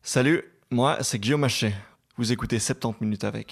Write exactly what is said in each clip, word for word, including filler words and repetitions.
Salut, moi c'est Guillaume Haché. Vous écoutez soixante-dix minutes avec.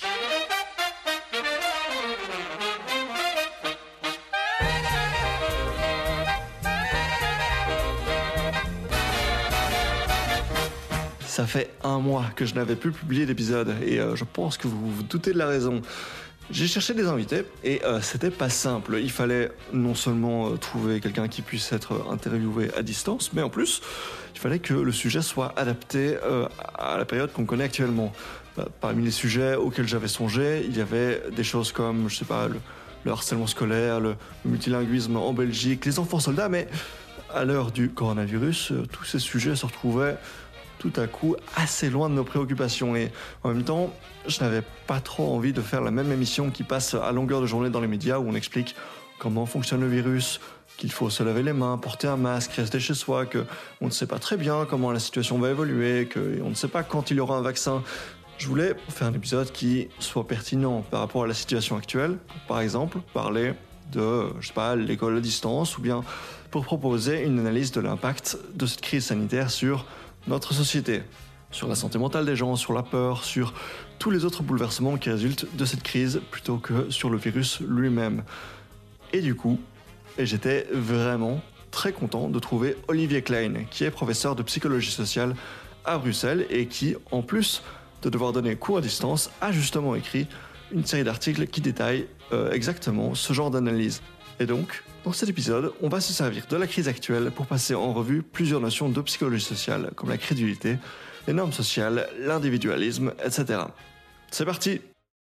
Ça fait un mois que je n'avais plus publié d'épisode et euh, je pense que vous vous doutez de la raison. J'ai cherché des invités et euh, c'était pas simple. Il fallait non seulement euh, trouver quelqu'un qui puisse être interviewé à distance, mais en plus, il fallait que le sujet soit adapté euh, à la période qu'on connaît actuellement. Euh, parmi les sujets auxquels j'avais songé, il y avait des choses comme, je sais pas, le, le harcèlement scolaire, le, le multilinguisme en Belgique, les enfants soldats, mais à l'heure du coronavirus, euh, tous ces sujets se retrouvaient tout à coup assez loin de nos préoccupations et en même temps je n'avais pas trop envie de faire la même émission qui passe à longueur de journée dans les médias où on explique comment fonctionne le virus, qu'il faut se laver les mains, porter un masque, rester chez soi, qu'on ne sait pas très bien comment la situation va évoluer, qu'on ne sait pas quand il y aura un vaccin. Je voulais faire un épisode qui soit pertinent par rapport à la situation actuelle, par exemple parler de, je sais pas, l'école à distance ou bien pour proposer une analyse de l'impact de cette crise sanitaire sur notre société, sur la santé mentale des gens, sur la peur, sur tous les autres bouleversements qui résultent de cette crise plutôt que sur le virus lui-même. Et du coup, et j'étais vraiment très content de trouver Olivier Klein, qui est professeur de psychologie sociale à Bruxelles et qui, en plus de devoir donner cours à distance, a justement écrit une série d'articles qui détaillent euh, exactement ce genre d'analyse. Et donc, dans cet épisode, on va se servir de la crise actuelle pour passer en revue plusieurs notions de psychologie sociale, comme la crédulité, les normes sociales, l'individualisme, et cetera. C'est parti!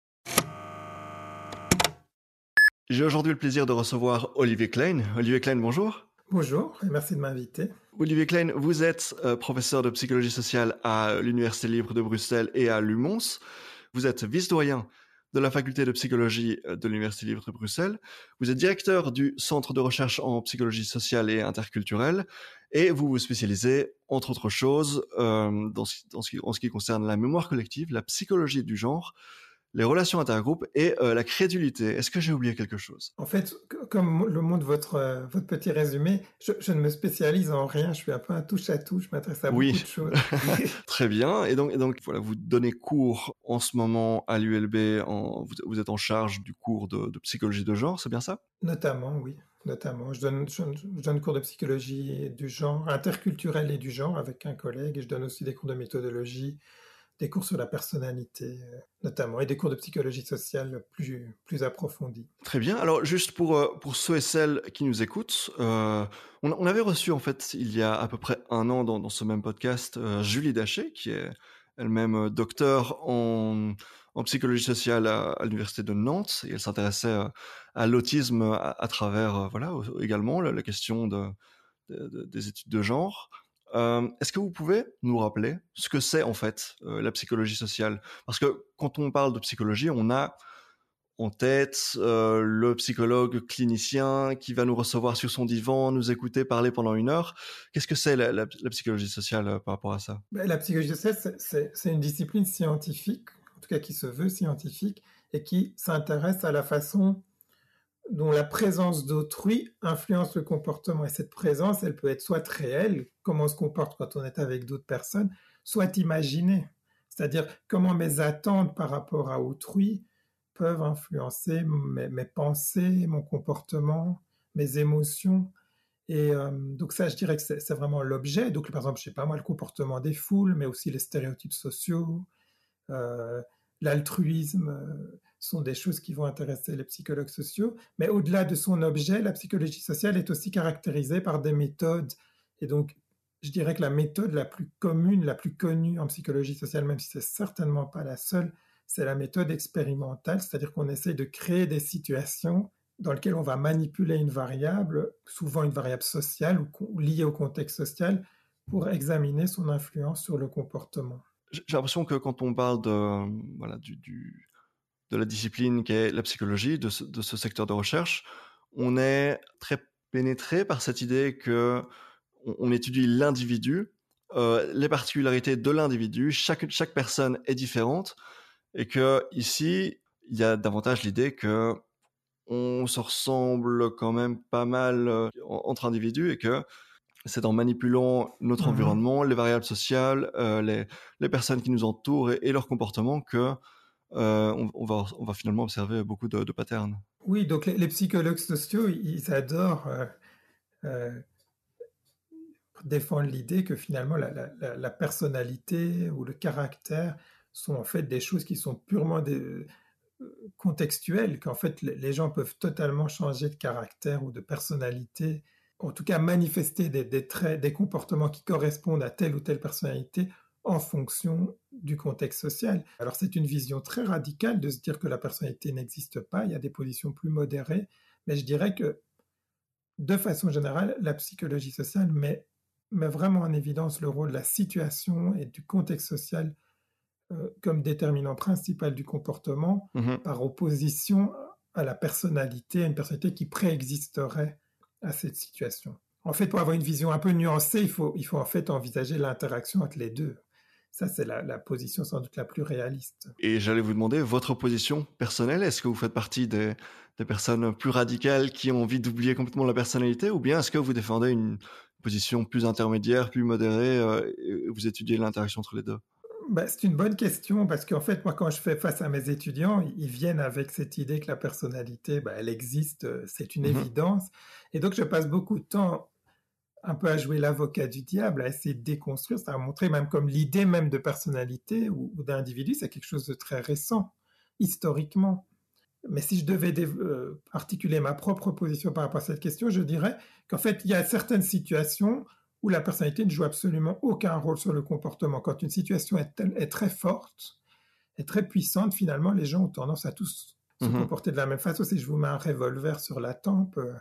J'ai aujourd'hui le plaisir de recevoir Olivier Klein. Olivier Klein, bonjour. Bonjour et merci de m'inviter. Olivier Klein, vous êtes euh, professeur de psychologie sociale à l'Université libre de Bruxelles et à l'U M O N S. Vous êtes vice-doyen de la faculté de psychologie de l'Université libre de Bruxelles. Vous êtes directeur du Centre de recherche en psychologie sociale et interculturelle et vous vous spécialisez, entre autres choses, euh, dans ce, dans ce qui, en ce qui concerne la mémoire collective, la psychologie du genre, les relations intergroupes et euh, la crédulité. Est-ce que j'ai oublié quelque chose ? En fait, comme le montre votre, euh, votre petit résumé, je, je ne me spécialise en rien, je suis un peu un touche-à-tout, je m'intéresse à oui. beaucoup de choses. Très bien. Et donc, et donc voilà, vous donnez cours en ce moment à l'U L B, en, vous, vous êtes en charge du cours de, de psychologie de genre, c'est bien ça ? Notamment, oui. Notamment. Je donne, je, je donne cours de psychologie du genre, interculturel et du genre avec un collègue, et je donne aussi des cours de méthodologie, des cours sur la personnalité, euh, notamment, et des cours de psychologie sociale plus, plus approfondis. Très bien. Alors, juste pour, euh, pour ceux et celles qui nous écoutent, euh, on, on avait reçu, en fait, il y a à peu près un an dans, dans ce même podcast, euh, Julie Daché, qui est elle-même euh, docteure en, en psychologie sociale à, à l'Université de Nantes, et elle s'intéressait euh, à l'autisme à, à travers, euh, voilà, également la, la question de, de, de, des études de genre. Euh, est-ce que vous pouvez nous rappeler ce que c'est en fait euh, la psychologie sociale ? Parce que quand on parle de psychologie, on a en tête euh, le psychologue clinicien qui va nous recevoir sur son divan, nous écouter parler pendant une heure. Qu'est-ce que c'est la, la, la psychologie sociale euh, par rapport à ça ? Ben, la psychologie sociale, c'est, c'est, c'est une discipline scientifique, en tout cas qui se veut scientifique, et qui s'intéresse à la façon dont la présence d'autrui influence le comportement. Et cette présence, elle peut être soit réelle, comment on se comporte quand on est avec d'autres personnes, soit imaginée. C'est-à-dire comment mes attentes par rapport à autrui peuvent influencer mes, mes pensées, mon comportement, mes émotions. Et euh, donc ça, je dirais que c'est, c'est vraiment l'objet. Donc par exemple, je sais pas moi, le comportement des foules, mais aussi les stéréotypes sociaux, euh, l'altruisme, euh, sont des choses qui vont intéresser les psychologues sociaux. Mais au-delà de son objet, la psychologie sociale est aussi caractérisée par des méthodes. Et donc, je dirais que la méthode la plus commune, la plus connue en psychologie sociale, même si c'est certainement pas la seule, c'est la méthode expérimentale, c'est-à-dire qu'on essaie de créer des situations dans lesquelles on va manipuler une variable, souvent une variable sociale ou liée au contexte social, pour examiner son influence sur le comportement. J'ai l'impression que quand on parle de, voilà, du, du, de la discipline qui est la psychologie, de ce, de ce secteur de recherche, on est très pénétré par cette idée que on, on étudie l'individu, euh, les particularités de l'individu, chaque, chaque personne est différente, et que ici, il y a davantage l'idée que on se ressemble quand même pas mal euh, entre individus et que c'est en manipulant notre Mhm. environnement, les variables sociales, euh, les, les personnes qui nous entourent et, et leur comportement que euh, on, on va, on va finalement observer beaucoup de, de patterns. Oui, donc les, les psychologues sociaux, ils adorent euh, euh, défendre l'idée que finalement la, la, la, personnalité ou le caractère sont en fait des choses qui sont purement des, contextuelles, qu'en fait les gens peuvent totalement changer de caractère ou de personnalité, en tout cas manifester des, des traits, des comportements qui correspondent à telle ou telle personnalité en fonction du contexte social. Alors c'est une vision très radicale de se dire que la personnalité n'existe pas, il y a des positions plus modérées, mais je dirais que de façon générale, la psychologie sociale met, met vraiment en évidence le rôle de la situation et du contexte social euh, comme déterminant principal du comportement, Mm-hmm. par opposition à la personnalité, à une personnalité qui préexisterait à cette situation. En fait, pour avoir une vision un peu nuancée, il faut, il faut en fait envisager l'interaction entre les deux. Ça, c'est la, la position sans doute la plus réaliste. Et j'allais vous demander votre position personnelle. Est-ce que vous faites partie des, des personnes plus radicales qui ont envie d'oublier complètement la personnalité, ou bien est-ce que vous défendez une position plus intermédiaire, plus modérée, euh, et vous étudiez l'interaction entre les deux? Ben, c'est une bonne question parce qu'en fait, moi, quand je fais face à mes étudiants, ils viennent avec cette idée que la personnalité, ben, elle existe, c'est une Mm-hmm. évidence. Et donc, je passe beaucoup de temps un peu à jouer l'avocat du diable, à essayer de déconstruire, c'est à montrer même comme l'idée même de personnalité ou, ou d'individu, c'est quelque chose de très récent, historiquement. Mais si je devais euh, articuler ma propre position par rapport à cette question, je dirais qu'en fait, il y a certaines situations où la personnalité ne joue absolument aucun rôle sur le comportement. Quand une situation est, est très forte, est très puissante, finalement, les gens ont tendance à tous se Mm-hmm. comporter de la même façon. Si je vous mets un revolver sur la tempe, euh,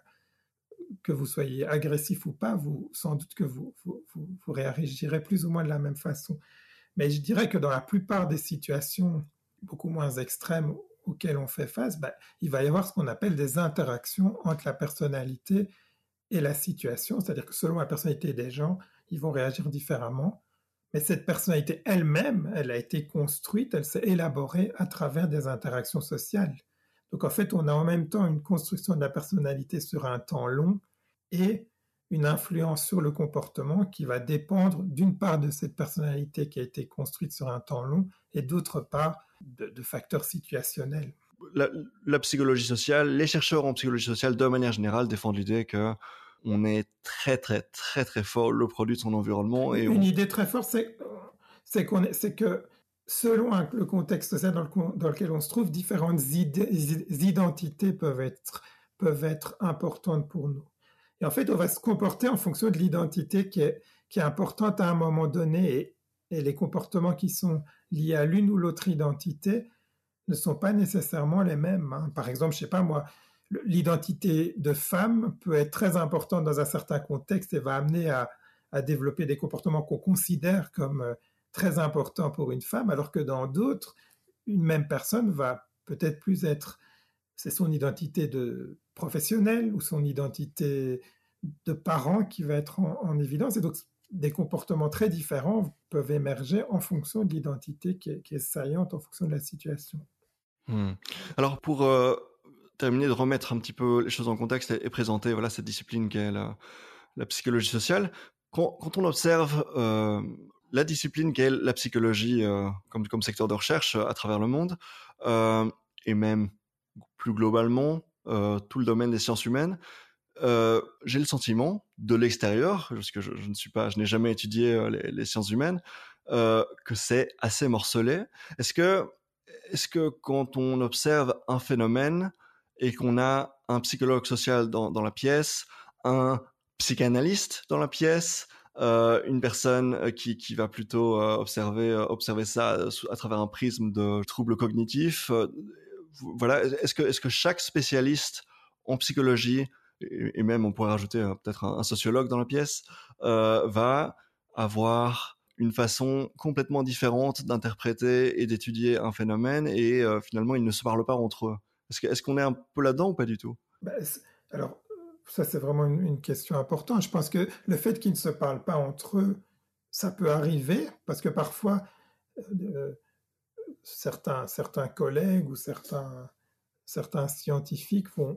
que vous soyez agressif ou pas, vous, sans doute que vous, vous, vous, vous réagirez plus ou moins de la même façon. Mais je dirais que dans la plupart des situations beaucoup moins extrêmes auxquelles on fait face, bah, il va y avoir ce qu'on appelle des interactions entre la personnalité et la situation, c'est-à-dire que selon la personnalité des gens, ils vont réagir différemment. Mais cette personnalité elle-même, elle a été construite, elle s'est élaborée à travers des interactions sociales. Donc en fait, on a en même temps une construction de la personnalité sur un temps long et une influence sur le comportement qui va dépendre d'une part de cette personnalité qui a été construite sur un temps long et d'autre part de, de facteurs situationnels. La, la psychologie sociale, les chercheurs en psychologie sociale, de manière générale, défendent l'idée que on est très très très très fort le produit de son environnement et Une on... idée très forte, c'est, c'est, qu'on est, c'est que selon le contexte social dans, le, dans lequel on se trouve, différentes idées, identités peuvent être, peuvent être importantes pour nous. Et en fait, on va se comporter en fonction de l'identité qui est, qui est importante à un moment donné et, et les comportements qui sont liés à l'une ou l'autre identité ne sont pas nécessairement les mêmes. Hein. Par exemple, je sais pas moi, l'identité de femme peut être très importante dans un certain contexte et va amener à, à développer des comportements qu'on considère comme euh, très importants pour une femme, alors que dans d'autres, une même personne va peut-être plus être, c'est son identité de professionnelle ou son identité de parent qui va être en, en évidence. Et donc, des comportements très différents peuvent émerger en fonction de l'identité qui est, qui est saillante, en fonction de la situation. Hmm. Alors, pour euh, terminer de remettre un petit peu les choses en contexte et, et présenter voilà, cette discipline qu'est la, la psychologie sociale, quand, quand on observe euh, la discipline qu'est la psychologie euh, comme, comme secteur de recherche euh, à travers le monde, euh, et même plus globalement euh, tout le domaine des sciences humaines, euh, j'ai le sentiment de l'extérieur, parce que je, je ne suis pas, je n'ai jamais étudié euh, les, les sciences humaines, euh, que c'est assez morcelé. Est-ce que, est-ce que quand on observe un phénomène et qu'on a un psychologue social dans, dans la pièce, un psychanalyste dans la pièce, euh, une personne qui, qui va plutôt euh, observer, euh, observer ça à travers un prisme de troubles cognitifs, euh, voilà, est-ce que, est-ce que chaque spécialiste en psychologie, et même on pourrait rajouter euh, peut-être un, un sociologue dans la pièce, euh, va avoir une façon complètement différente d'interpréter et d'étudier un phénomène et euh, finalement ils ne se parlent pas entre eux. Est-ce, que, est-ce qu'on est un peu là-dedans ou pas du tout? Ben, alors, ça c'est vraiment une, une question importante. Je pense que le fait qu'ils ne se parlent pas entre eux, ça peut arriver parce que parfois euh, certains, certains collègues ou certains, certains scientifiques vont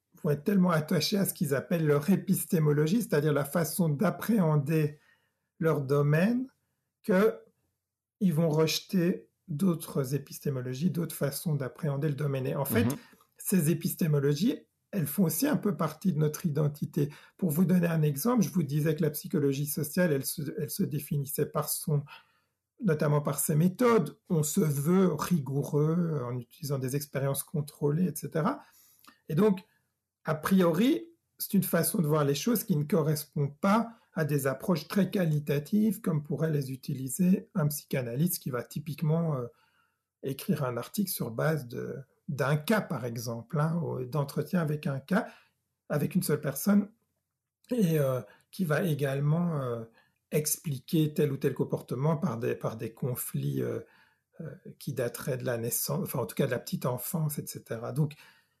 vont être tellement attachés à ce qu'ils appellent leur épistémologie, c'est-à-dire la façon d'appréhender leur domaine, qu'ils vont rejeter d'autres épistémologies, d'autres façons d'appréhender le domaine. Et en fait, mmh. ces épistémologies, elles font aussi un peu partie de notre identité. Pour vous donner un exemple, je vous disais que la psychologie sociale, elle se, elle se définissait par son, notamment par ses méthodes. On se veut rigoureux en utilisant des expériences contrôlées, et cetera. Et donc, a priori, c'est une façon de voir les choses qui ne correspond pas à des approches très qualitatives comme pourrait les utiliser un psychanalyste qui va typiquement euh, écrire un article sur base de, d'un cas, par exemple, hein, d'entretien avec un cas, avec une seule personne, et euh, qui va également euh, expliquer tel ou tel comportement par des, par des conflits euh, euh, qui dateraient de la naissance, enfin en tout cas de la petite enfance, et cetera. Donc,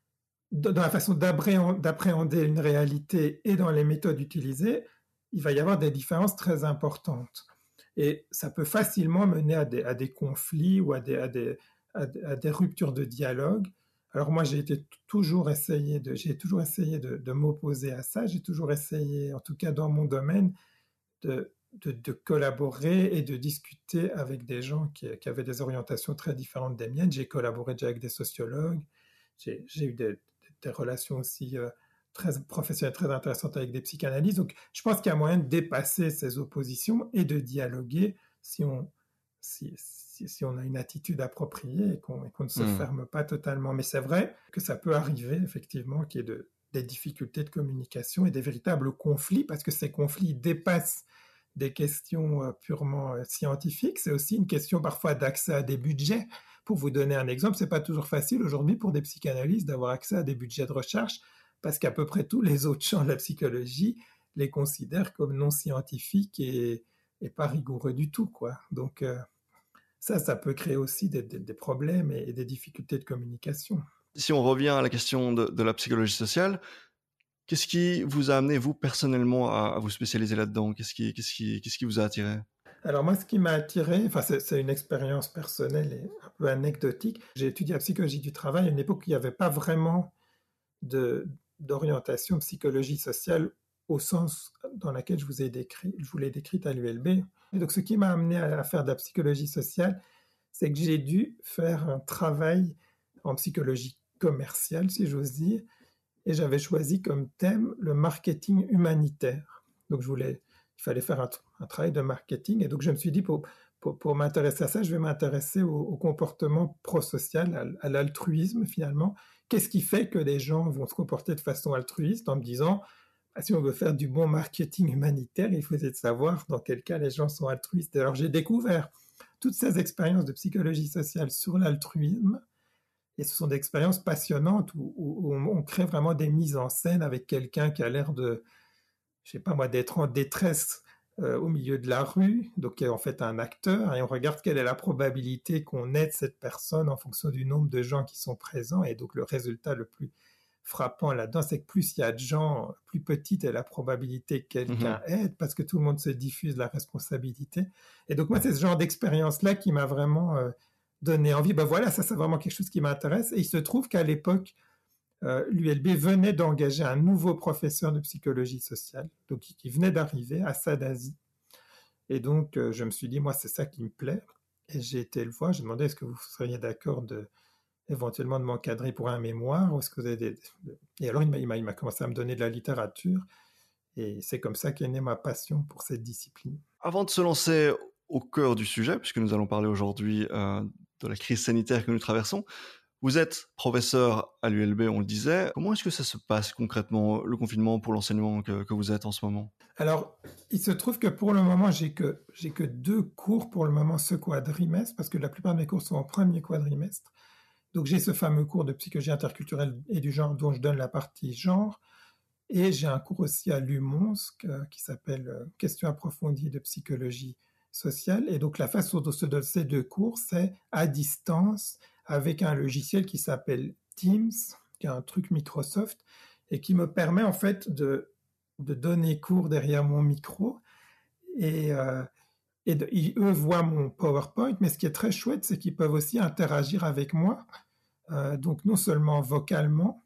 dans la façon d'appréhender une réalité et dans les méthodes utilisées, il va y avoir des différences très importantes. Et ça peut facilement mener à des, à des conflits ou à des, à, des, à, à des ruptures de dialogue. Alors moi, j'ai été toujours essayé de, j'ai toujours essayé de, de m'opposer à ça. J'ai toujours essayé, en tout cas dans mon domaine, de, de, de collaborer et de discuter avec des gens qui, qui avaient des orientations très différentes des miennes. J'ai collaboré déjà avec des sociologues. J'ai, j'ai eu des, des relations aussi euh, très professionnelles, très intéressantes avec des psychanalystes. Donc, je pense qu'il y a moyen de dépasser ces oppositions et de dialoguer si on, si, si, si on a une attitude appropriée et qu'on, et qu'on ne se mmh. ferme pas totalement. Mais c'est vrai que ça peut arriver, effectivement, qu'il y ait de, des difficultés de communication et des véritables conflits, parce que ces conflits dépassent des questions euh, purement euh, scientifiques. C'est aussi une question parfois d'accès à des budgets. Pour vous donner un exemple, c'est pas toujours facile aujourd'hui pour des psychanalystes d'avoir accès à des budgets de recherche parce qu'à peu près tous les autres champs de la psychologie les considèrent comme non scientifiques et, et pas rigoureux du tout, quoi. Donc euh, ça, ça peut créer aussi des, des, des problèmes et, et des difficultés de communication. Si on revient à la question de, de la psychologie sociale, qu'est-ce qui vous a amené, vous, personnellement, à, à vous spécialiser là-dedans ? Qu'est-ce qui, qu'est-ce qui, qu'est-ce qui vous a attiré ? Alors moi, ce qui m'a attiré, enfin c'est, c'est une expérience personnelle et un peu anecdotique. J'ai étudié la psychologie du travail à une époque où il n'y avait pas vraiment de, d'orientation psychologie sociale au sens dans lequel je vous ai décrit, je vous l'ai décrite à l'U L B. Et donc ce qui m'a amené à, à faire de la psychologie sociale, c'est que j'ai dû faire un travail en psychologie commerciale, si j'ose dire, et j'avais choisi comme thème le marketing humanitaire. Donc je voulais il fallait faire un, un travail de marketing. Et donc, je me suis dit, pour, pour, pour m'intéresser à ça, je vais m'intéresser au, au comportement prosocial, à, à l'altruisme, finalement. Qu'est-ce qui fait que les gens vont se comporter de façon altruiste en me disant, bah, si on veut faire du bon marketing humanitaire, il faut essayer de savoir dans quel cas les gens sont altruistes. Alors, j'ai découvert toutes ces expériences de psychologie sociale sur l'altruisme. Et ce sont des expériences passionnantes où, où, où on crée vraiment des mises en scène avec quelqu'un qui a l'air de... je sais pas moi, d'être en détresse euh, au milieu de la rue, donc qui est en fait un acteur, et on regarde quelle est la probabilité qu'on aide cette personne en fonction du nombre de gens qui sont présents, et donc le résultat le plus frappant là-dedans, c'est que plus il y a de gens, plus petite est la probabilité que quelqu'un mmh. aide, parce que tout le monde se diffuse la responsabilité. Et donc moi, c'est ce genre d'expérience-là qui m'a vraiment euh, donné envie. Ben voilà, ça c'est vraiment quelque chose qui m'intéresse, et il se trouve qu'à l'époque, Euh, l'U L B venait d'engager un nouveau professeur de psychologie sociale, donc qui, qui venait d'arriver, Assad Azi. Et donc, euh, je me suis dit, moi, c'est ça qui me plaît. Et j'ai été le voir, j'ai demandé, est-ce que vous seriez d'accord de, éventuellement de m'encadrer pour un mémoire ou est-ce que vous avez des... Et alors, il m'a, il, m'a, il m'a commencé à me donner de la littérature. Et c'est comme ça qu'est née ma passion pour cette discipline. Avant de se lancer au cœur du sujet, puisque nous allons parler aujourd'hui euh, de la crise sanitaire que nous traversons, vous êtes professeur à l'U L B, on le disait. Comment est-ce que ça se passe concrètement, le confinement pour l'enseignement que, que vous êtes en ce moment ? Alors, il se trouve que pour le moment, j'ai que, j'ai que deux cours pour le moment ce quadrimestre, parce que la plupart de mes cours sont en premier quadrimestre. Donc, j'ai ce fameux cours de psychologie interculturelle et du genre dont je donne la partie genre. Et j'ai un cours aussi à l'U M O N S qui s'appelle « Questions approfondies de psychologie sociale ». Et donc, la façon dont se donnent ces deux cours, c'est à distance, avec un logiciel qui s'appelle Teams, qui est un truc Microsoft, et qui me permet en fait de, de donner cours derrière mon micro. Et, euh, et de, ils, eux voient mon PowerPoint, mais ce qui est très chouette, c'est qu'ils peuvent aussi interagir avec moi, euh, donc non seulement vocalement,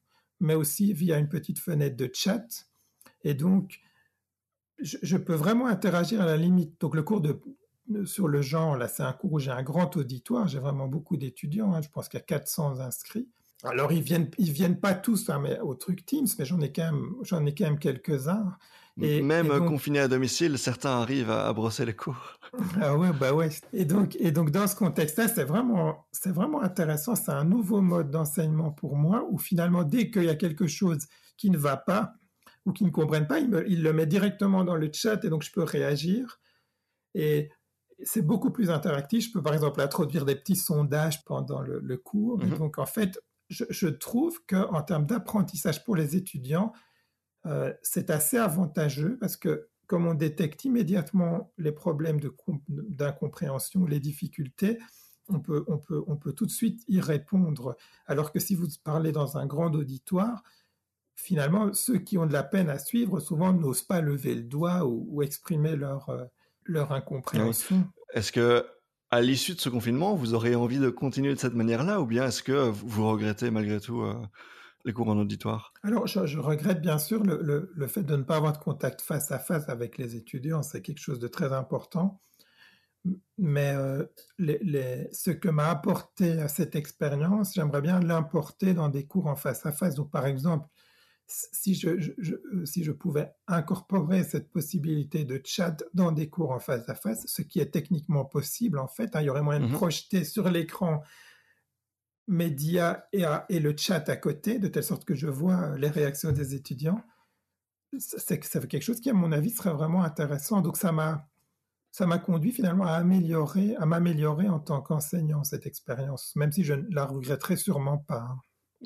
mais aussi via une petite fenêtre de chat. Et donc, je, je peux vraiment interagir à la limite. Donc, le cours de, de- sur le genre, là, c'est un cours où j'ai un grand auditoire. J'ai vraiment beaucoup d'étudiants. Hein, je pense qu'il y a quatre cents inscrits. Alors, ils viennent, ils viennent pas tous hein, mais, au truc Teams, mais j'en ai quand même, j'en ai quand même quelques-uns. Et, Même et euh, donc, confinés à domicile, certains arrivent à, à brosser les cours. ah ouais, bah ouais. Et donc, et donc dans ce contexte-là, c'est vraiment, c'est vraiment intéressant. C'est un nouveau mode d'enseignement pour moi où finalement, dès qu'il y a quelque chose qui ne va pas ou qui ne comprennent pas, il, me, il le met directement dans le chat et donc je peux réagir. Et c'est beaucoup plus interactif. Je peux par exemple introduire des petits sondages pendant le, le cours. Et Mhm. donc en fait, je, je trouve qu'en termes d'apprentissage pour les étudiants, euh, c'est assez avantageux parce que comme on détecte immédiatement les problèmes de comp- d'incompréhension, les difficultés, on peut, on, peut, on peut tout de suite y répondre. Alors que si vous parlez dans un grand auditoire, finalement, ceux qui ont de la peine à suivre, souvent n'osent pas lever le doigt ou, ou exprimer leur, euh, leur Oui. incompréhension. Est-ce que, à l'issue de ce confinement, vous aurez envie de continuer de cette manière-là, ou bien est-ce que vous vous regrettez malgré tout euh, les cours en auditoire? Alors, je, je regrette bien sûr le, le, le fait de ne pas avoir de contact face à face avec les étudiants, c'est quelque chose de très important. Mais euh, les, les, ce que m'a apporté cette expérience, j'aimerais bien l'importer dans des cours en face à face. Donc, par exemple, si je, je, je, si je pouvais incorporer cette possibilité de chat dans des cours en face à face, ce qui est techniquement possible en fait, hein, il y aurait moyen de Mhm. projeter sur l'écran médias et, à, et le chat à côté, de telle sorte que je vois les réactions des étudiants. C'est, c'est quelque chose qui, à mon avis, serait vraiment intéressant. Donc, ça m'a ça m'a conduit finalement à améliorer, à m'améliorer en tant qu'enseignant, cette expérience, même si je ne la regretterai sûrement pas.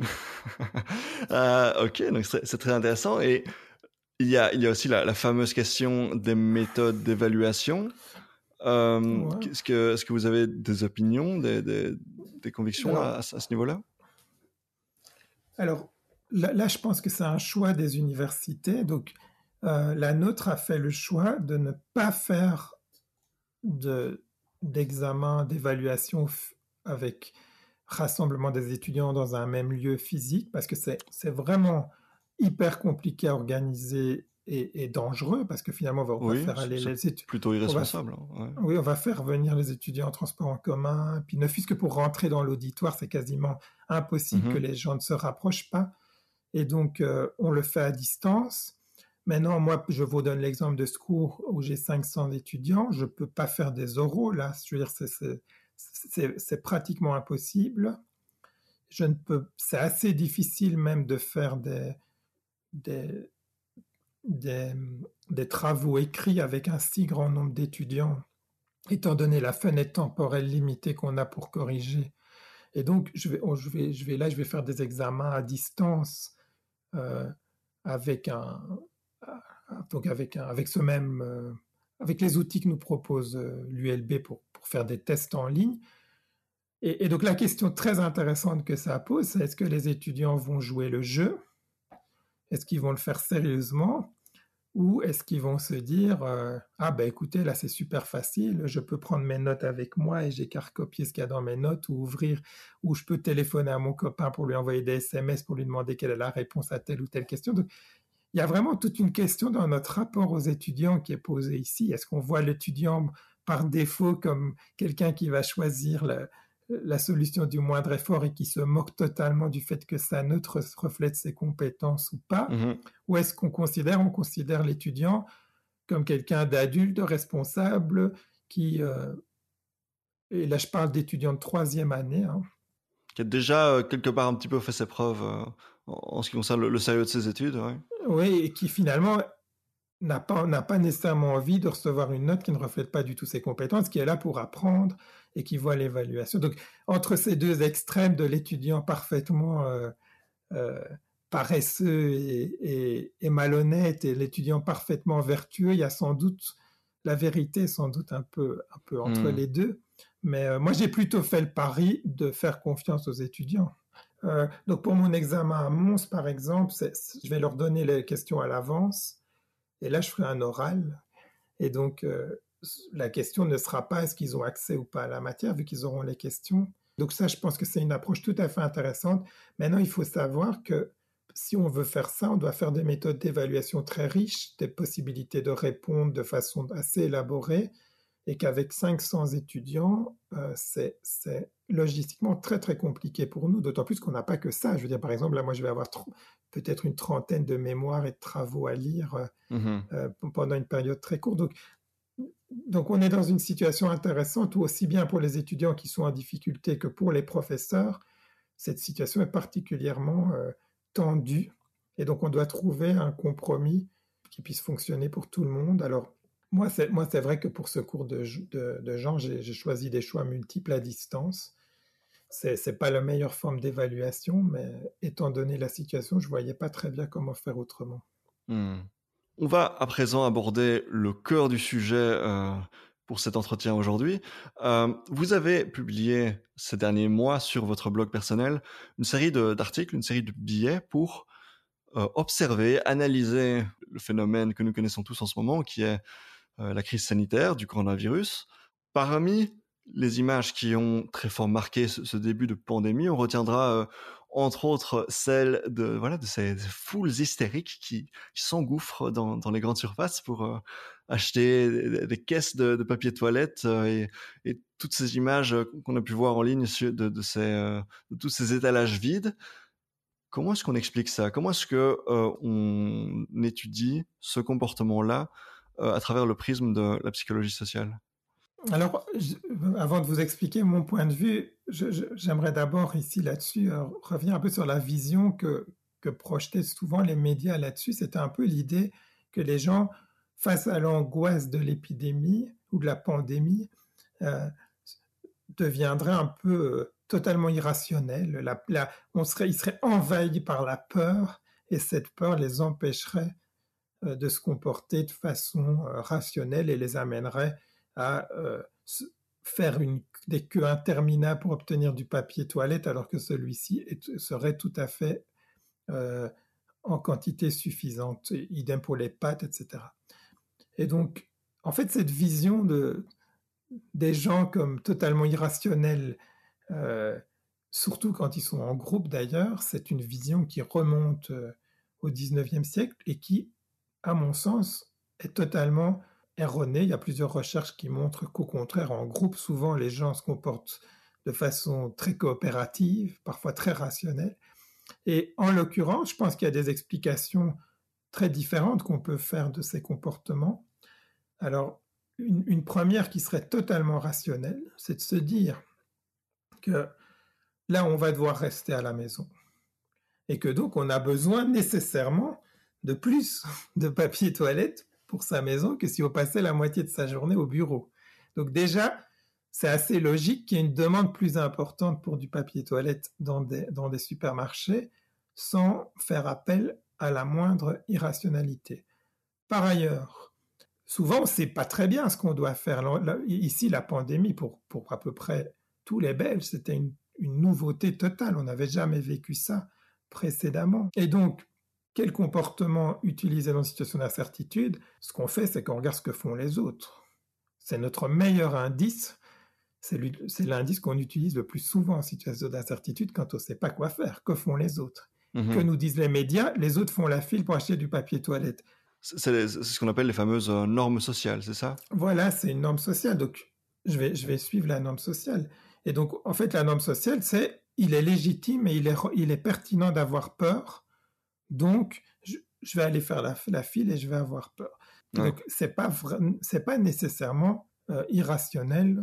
Euh, ok, donc c'est, c'est très intéressant. Et il y a, il y a aussi la, la fameuse question des méthodes d'évaluation. Euh, Ouais. est-ce que, est-ce que vous avez des opinions, des, des, des convictions à, Alors, à ce niveau-là? alors là, là, je pense que c'est un choix des universités. Donc, euh, la nôtre a fait le choix de ne pas faire de, d'examen, d'évaluation f- avec rassemblement des étudiants dans un même lieu physique, parce que c'est, c'est vraiment hyper compliqué à organiser et, et dangereux, parce que finalement, on va, on va Oui, faire c'est, aller c'est les étudiants. plutôt On va, irresponsable. Hein, ouais. oui, on va faire venir les étudiants en transport en commun. Puis ne fût-ce que pour rentrer dans l'auditoire, c'est quasiment impossible que Mhm. les gens ne se rapprochent pas. Et donc, euh, on le fait à distance. Maintenant, moi, je vous donne l'exemple de ce cours où j'ai cinq cents étudiants. Je ne peux pas faire des oraux, là. Je veux dire, c'est, c'est, c'est, c'est pratiquement impossible. Je ne peux, c'est assez difficile même de faire des, des, des, des travaux écrits avec un si grand nombre d'étudiants, étant donné la fenêtre temporelle limitée qu'on a pour corriger. Et donc, je vais, oh, je vais, je vais là, je vais faire des examens à distance euh, avec un, donc avec un, avec ce même, euh, avec les outils que nous propose euh, l'U L B pour, pour faire des tests en ligne. Et, et donc la question très intéressante que ça pose, c'est est-ce que les étudiants vont jouer le jeu? Est-ce qu'ils vont le faire sérieusement? Ou est-ce qu'ils vont se dire euh, ah ben écoutez, là c'est super facile, je peux prendre mes notes avec moi et j'ai qu'à recopier ce qu'il y a dans mes notes ou ouvrir, ou je peux téléphoner à mon copain pour lui envoyer des S M S pour lui demander quelle est la réponse à telle ou telle question. Donc il y a vraiment toute une question dans notre rapport aux étudiants qui est posée ici. Est-ce qu'on voit l'étudiant par défaut comme quelqu'un qui va choisir la, la solution du moindre effort et qui se moque totalement du fait que sa note reflète ses compétences ou pas? Mhm. Ou est-ce qu'on considère, on considère l'étudiant comme quelqu'un d'adulte, de responsable, qui, euh, et là je parle d'étudiants de troisième année, hein. Qui a déjà euh, quelque part un petit peu fait ses preuves euh, en, en ce qui concerne le, le sérieux de ses études. Ouais. Oui, et qui finalement n'a pas, n'a pas nécessairement envie de recevoir une note qui ne reflète pas du tout ses compétences, qui est là pour apprendre et qui voit l'évaluation. Donc, entre ces deux extrêmes de l'étudiant parfaitement euh, euh, paresseux et, et, et malhonnête et l'étudiant parfaitement vertueux, il y a sans doute, la vérité est sans doute un peu, un peu entre Mm. les deux. Mais euh, moi, j'ai plutôt fait le pari de faire confiance aux étudiants. Euh, donc, pour mon examen à Mons, par exemple, c'est, je vais leur donner les questions à l'avance. Et là, je ferai un oral. Et donc, euh, la question ne sera pas est-ce qu'ils ont accès ou pas à la matière, vu qu'ils auront les questions. Donc ça, je pense que c'est une approche tout à fait intéressante. Maintenant, il faut savoir que si on veut faire ça, on doit faire des méthodes d'évaluation très riches, des possibilités de répondre de façon assez élaborée, et qu'avec cinq cents étudiants, euh, c'est, c'est logistiquement très très compliqué pour nous, d'autant plus qu'on n'a pas que ça. Je veux dire, par exemple, là, moi, je vais avoir tr- peut-être une trentaine de mémoires et de travaux à lire euh, Mhm. euh, pendant une période très courte. Donc, donc, on est dans une situation intéressante où aussi bien pour les étudiants qui sont en difficulté que pour les professeurs, cette situation est particulièrement euh, tendue. Et donc, on doit trouver un compromis qui puisse fonctionner pour tout le monde. Alors, moi, c'est, moi, c'est vrai que pour ce cours de, de, de Jean, j'ai, j'ai choisi des choix multiples à distance. C'est, c'est pas la meilleure forme d'évaluation, mais étant donné la situation, je voyais pas très bien comment faire autrement. Hmm. On va à présent aborder le cœur du sujet euh, pour cet entretien aujourd'hui. Euh, vous avez publié ces derniers mois sur votre blog personnel une série de, d'articles, une série de billets pour euh, observer, analyser le phénomène que nous connaissons tous en ce moment, qui est euh, la crise sanitaire du coronavirus. Parmi les images qui ont très fort marqué ce, ce début de pandémie, on retiendra euh, entre autres celle de, voilà, de ces, ces foules hystériques qui, qui s'engouffrent dans, dans les grandes surfaces pour euh, acheter des, des caisses de, de papier toilette euh, et, et toutes ces images qu'on a pu voir en ligne de, de, ces, euh, de tous ces étalages vides. Comment est-ce qu'on explique ça? Comment est-ce que euh, on étudie ce comportement-là euh, à travers le prisme de la psychologie sociale? Alors, je, avant de vous expliquer mon point de vue, je, je, j'aimerais d'abord ici là-dessus euh, revenir un peu sur la vision que, que projetaient souvent les médias là-dessus. C'était un peu l'idée que les gens, face à l'angoisse de l'épidémie ou de la pandémie, euh, deviendraient un peu euh, totalement irrationnels. La, la, on serait, ils seraient envahis par la peur et cette peur les empêcherait euh, de se comporter de façon euh, rationnelle et les amènerait à euh, faire une, des queues interminables pour obtenir du papier toilette alors que celui-ci est, serait tout à fait euh, en quantité suffisante. Idem pour les pâtes, et cetera. Et donc, en fait, cette vision de, des gens comme totalement irrationnels, euh, surtout quand ils sont en groupe d'ailleurs, c'est une vision qui remonte euh, au dix-neuvième siècle et qui, à mon sens, est totalement erronée. Il y a plusieurs recherches qui montrent qu'au contraire, en groupe, souvent les gens se comportent de façon très coopérative, parfois très rationnelle. Et en l'occurrence, je pense qu'il y a des explications très différentes qu'on peut faire de ces comportements. Alors, une, une première qui serait totalement rationnelle, c'est de se dire que là, on va devoir rester à la maison. Et que donc, on a besoin nécessairement de plus de papier toilette pour sa maison que si on passait la moitié de sa journée au bureau. Donc déjà, c'est assez logique qu'il y ait une demande plus importante pour du papier toilette dans des, dans des supermarchés sans faire appel à la moindre irrationalité. Par ailleurs, souvent, on ne sait pas très bien ce qu'on doit faire. Ici, la pandémie, pour, pour à peu près tous les Belges, c'était une, une nouveauté totale. On n'avait jamais vécu ça précédemment. Et donc, quel comportement utiliser dans une situation d'incertitude? Ce qu'on fait, c'est qu'on regarde ce que font les autres. C'est notre meilleur indice. C'est, c'est l'indice qu'on utilise le plus souvent en situation d'incertitude quand on ne sait pas quoi faire. Que font les autres? Mmh. Que nous disent les médias? Les autres font la file pour acheter du papier toilette. C'est, les, c'est ce qu'on appelle les fameuses euh, normes sociales, c'est ça? Voilà, c'est une norme sociale. Donc, je vais, je vais suivre la norme sociale. Et donc, en fait, la norme sociale, c'est il est légitime et il est, il est pertinent d'avoir peur. Donc, je, je vais aller faire la, la file et je vais avoir peur. Ouais. Donc, c'est pas vrai, c'est pas nécessairement euh, irrationnel,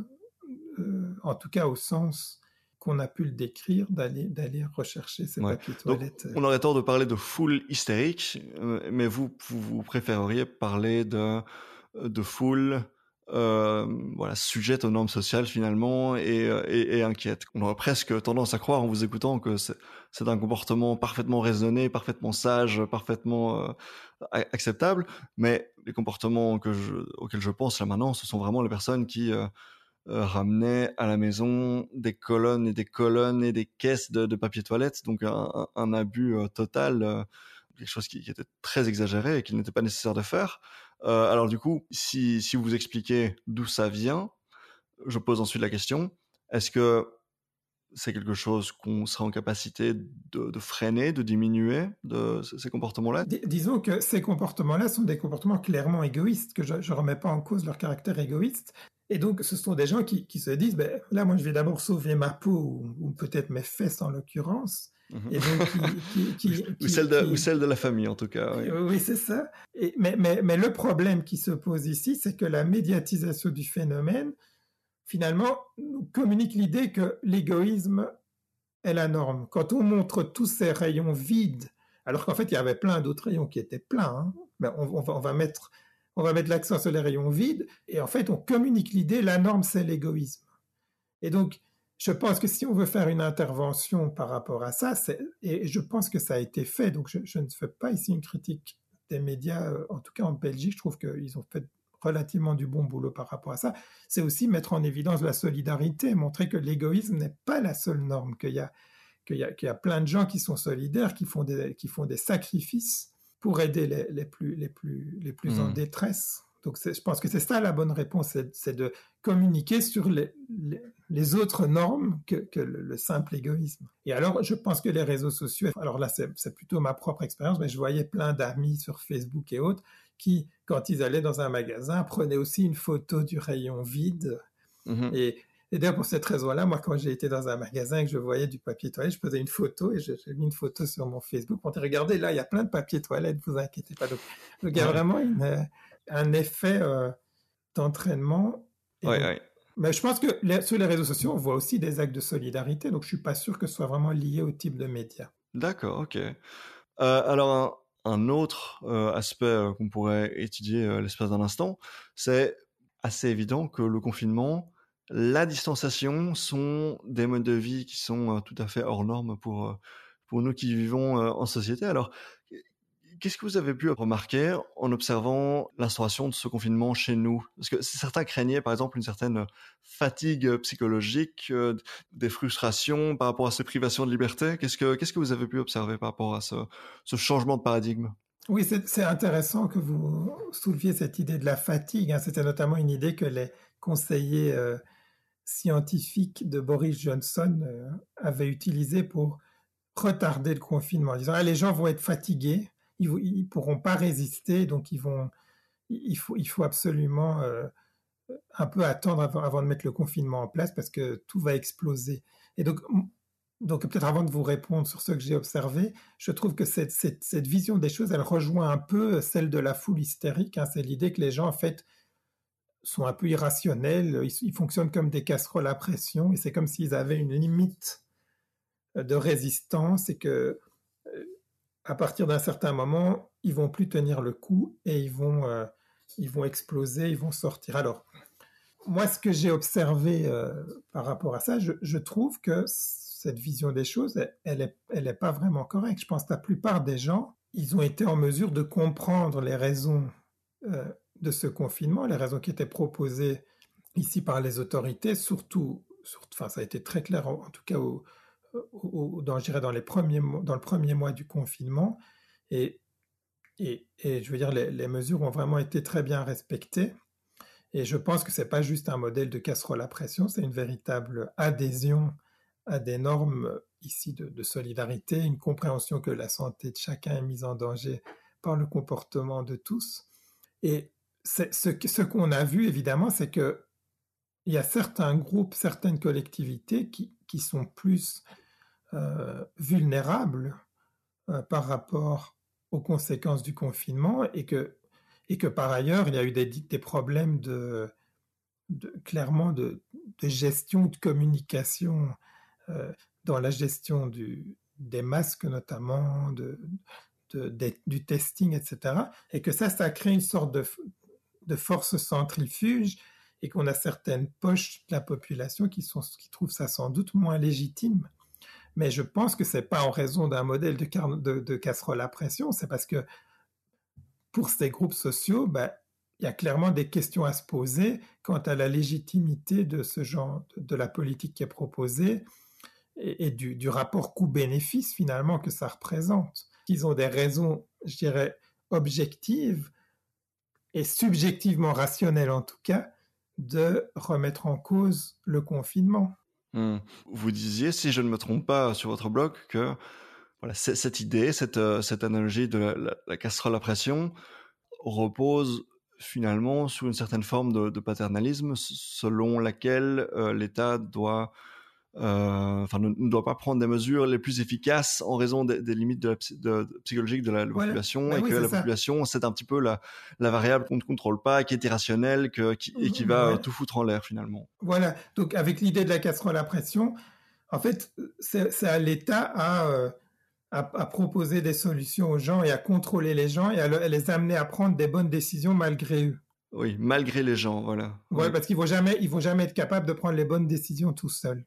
euh, en tout cas au sens qu'on a pu le décrire, d'aller, d'aller rechercher ces ouais. papiers toilettes. Donc, on aurait tort de parler de foule hystérique, euh, mais vous, vous, vous préféreriez parler de, de foule euh, voilà, sujette aux normes sociales finalement et, et, et inquiète. On aurait presque tendance à croire en vous écoutant que c'est, c'est un comportement parfaitement raisonné, parfaitement sage, parfaitement euh, acceptable, mais les comportements que je, auxquels je pense là maintenant, ce sont vraiment les personnes qui... Euh, Euh, ramenait à la maison des colonnes et des colonnes et des caisses de, de papier toilette, donc un, un, un abus euh, total, euh, quelque chose qui, qui était très exagéré et qu'il n'était pas nécessaire de faire. Euh, alors du coup, si, si vous expliquez d'où ça vient, je pose ensuite la question, est-ce que c'est quelque chose qu'on serait en capacité de, de freiner, de diminuer, de ces comportements-là? D- disons que ces comportements-là sont des comportements clairement égoïstes, que je ne remets pas en cause leur caractère égoïste. Et donc, ce sont des gens qui, qui se disent, ben, là, moi, je vais d'abord sauver ma peau, ou, ou peut-être mes fesses en l'occurrence. Mhm. Et donc, qui... qui, qui, ou, qui, celle de, qui... ou celle de la famille, en tout cas. Oui, oui, c'est ça. Et, mais, mais, mais le problème qui se pose ici, c'est que la médiatisation du phénomène, finalement, nous communique l'idée que l'égoïsme est la norme. Quand on montre tous ces rayons vides, alors qu'en fait, il y avait plein d'autres rayons qui étaient pleins, hein, ben on, on, va, on va mettre, on va mettre l'accent sur les rayons vides, et en fait, on communique l'idée, la norme, c'est l'égoïsme. Et donc, je pense que si on veut faire une intervention par rapport à ça, c'est, et je pense que ça a été fait, donc je, je ne fais pas ici une critique des médias, en tout cas en Belgique, je trouve qu'ils ont fait relativement du bon boulot par rapport à ça, c'est aussi mettre en évidence la solidarité, montrer que l'égoïsme n'est pas la seule norme, qu'il y a, qu'il y a, qu'il y a plein de gens qui sont solidaires, qui font des, qui font des sacrifices pour aider les, les plus, les plus, les plus mmh. en détresse. Donc je pense que c'est ça la bonne réponse, c'est, c'est de communiquer sur les, les, les autres normes que, que le, le simple égoïsme. Et alors, je pense que les réseaux sociaux, alors là, c'est, c'est plutôt ma propre expérience, mais je voyais plein d'amis sur Facebook et autres qui, quand ils allaient dans un magasin, prenaient aussi une photo du rayon vide. Mmh. Et, et d'ailleurs, pour cette raison-là, moi, quand j'ai été dans un magasin et que je voyais du papier toilette, je faisais une photo et j'ai mis une photo sur mon Facebook pour dire, regardez, là, il y a plein de papier toilette, vous inquiétez pas. Donc, donc il y a vraiment une, un effet euh, d'entraînement. Oui, oui. Mais je pense que les, sur les réseaux sociaux, on voit aussi des actes de solidarité, donc je suis pas sûr que ce soit vraiment lié au type de médias. D'accord, ok. Euh, alors, un, un autre euh, aspect euh, qu'on pourrait étudier euh, l'espace d'un instant, c'est assez évident que le confinement, la distanciation sont des modes de vie qui sont euh, tout à fait hors normes pour, euh, pour nous qui vivons euh, en société. Alors, qu'est-ce que vous avez pu remarquer en observant l'instauration de ce confinement chez nous? Parce que certains craignaient, par exemple, une certaine fatigue psychologique, euh, des frustrations par rapport à ces privations de liberté. Qu'est-ce que, qu'est-ce que vous avez pu observer par rapport à ce, ce changement de paradigme? Oui, c'est, c'est intéressant que vous souleviez cette idée de la fatigue. Hein. C'était notamment une idée que les conseillers euh, scientifiques de Boris Johnson euh, avaient utilisée pour retarder le confinement, en disant ah, les gens vont être fatigués, ils ne pourront pas résister, donc ils vont, il, faut, il faut absolument euh, un peu attendre avant, avant de mettre le confinement en place parce que tout va exploser. Et donc, donc peut-être avant de vous répondre sur ce que j'ai observé, je trouve que cette, cette, cette vision des choses, elle rejoint un peu celle de la foule hystérique. Hein. C'est l'idée que les gens, en fait, sont un peu irrationnels, ils, ils fonctionnent comme des casseroles à pression, et c'est comme s'ils avaient une limite de résistance et que à partir d'un certain moment, ils vont plus tenir le coup et ils vont, euh, ils vont exploser, ils vont sortir. Alors, moi, ce que j'ai observé euh, par rapport à ça, je, je trouve que cette vision des choses, elle est, elle est pas vraiment correcte. Je pense que la plupart des gens, ils ont été en mesure de comprendre les raisons euh, de ce confinement, les raisons qui étaient proposées ici par les autorités, surtout, surtout enfin, ça a été très clair, en, en tout cas au Dans, je dirais dans, les premiers, dans le premier mois du confinement. Et, et, et je veux dire, les, les mesures ont vraiment été très bien respectées. Et je pense que ce n'est pas juste un modèle de casserole à pression, c'est une véritable adhésion à des normes ici de, de solidarité, une compréhension que la santé de chacun est mise en danger par le comportement de tous. Et c'est, ce, ce qu'on a vu, évidemment, c'est qu'il y a certains groupes, certaines collectivités qui, qui sont plus Euh, vulnérables euh, par rapport aux conséquences du confinement et que, et que par ailleurs, il y a eu des, des problèmes de, de, clairement de, de gestion, de communication euh, dans la gestion du, des masques notamment, de, de, de, du testing, et cetera. Et que ça, ça crée une sorte de, de force centrifuge et qu'on a certaines poches de la population qui, sont, qui trouvent ça sans doute moins légitime. Mais je pense que ce n'est pas en raison d'un modèle de, car- de, de casserole à pression, c'est parce que pour ces groupes sociaux, ben, il y a clairement des questions à se poser quant à la légitimité de ce genre, de, de la politique qui est proposée et, et du, du rapport coût-bénéfice finalement que ça représente. Ils ont des raisons, je dirais, objectives et subjectivement rationnelles en tout cas, de remettre en cause le confinement. Mmh. Vous disiez, si je ne me trompe pas sur votre blog, que voilà, c cette idée, cette, heu, cette analogie de la la la casserole à pression repose finalement sur une certaine forme de de paternalisme s selon laquelle, heu, l'État doit, heu, enfin ne ne doit pas prendre des mesures les plus efficaces en raison des des limites de la psy de de psychologiques de la la Voilà, population ben et oui, que c'est la ça. population, c'est un petit peu la la variable qu'on ne contrôle pas, qui est irrationnelle, que qui et qui va, heu, Voilà, tout foutre en l'air finalement. voilà. Donc avec l'idée de la casserole à pression, en fait, c'est c'est à l'État à, euh, à, à proposer des solutions aux gens et à contrôler les gens et à, le- à les amener à prendre des bonnes décisions malgré eux. Oui, malgré les gens, voilà, Voilà, oui. parce qu'ils vont jamais, ils vont jamais être capables de prendre les bonnes décisions tout seuls.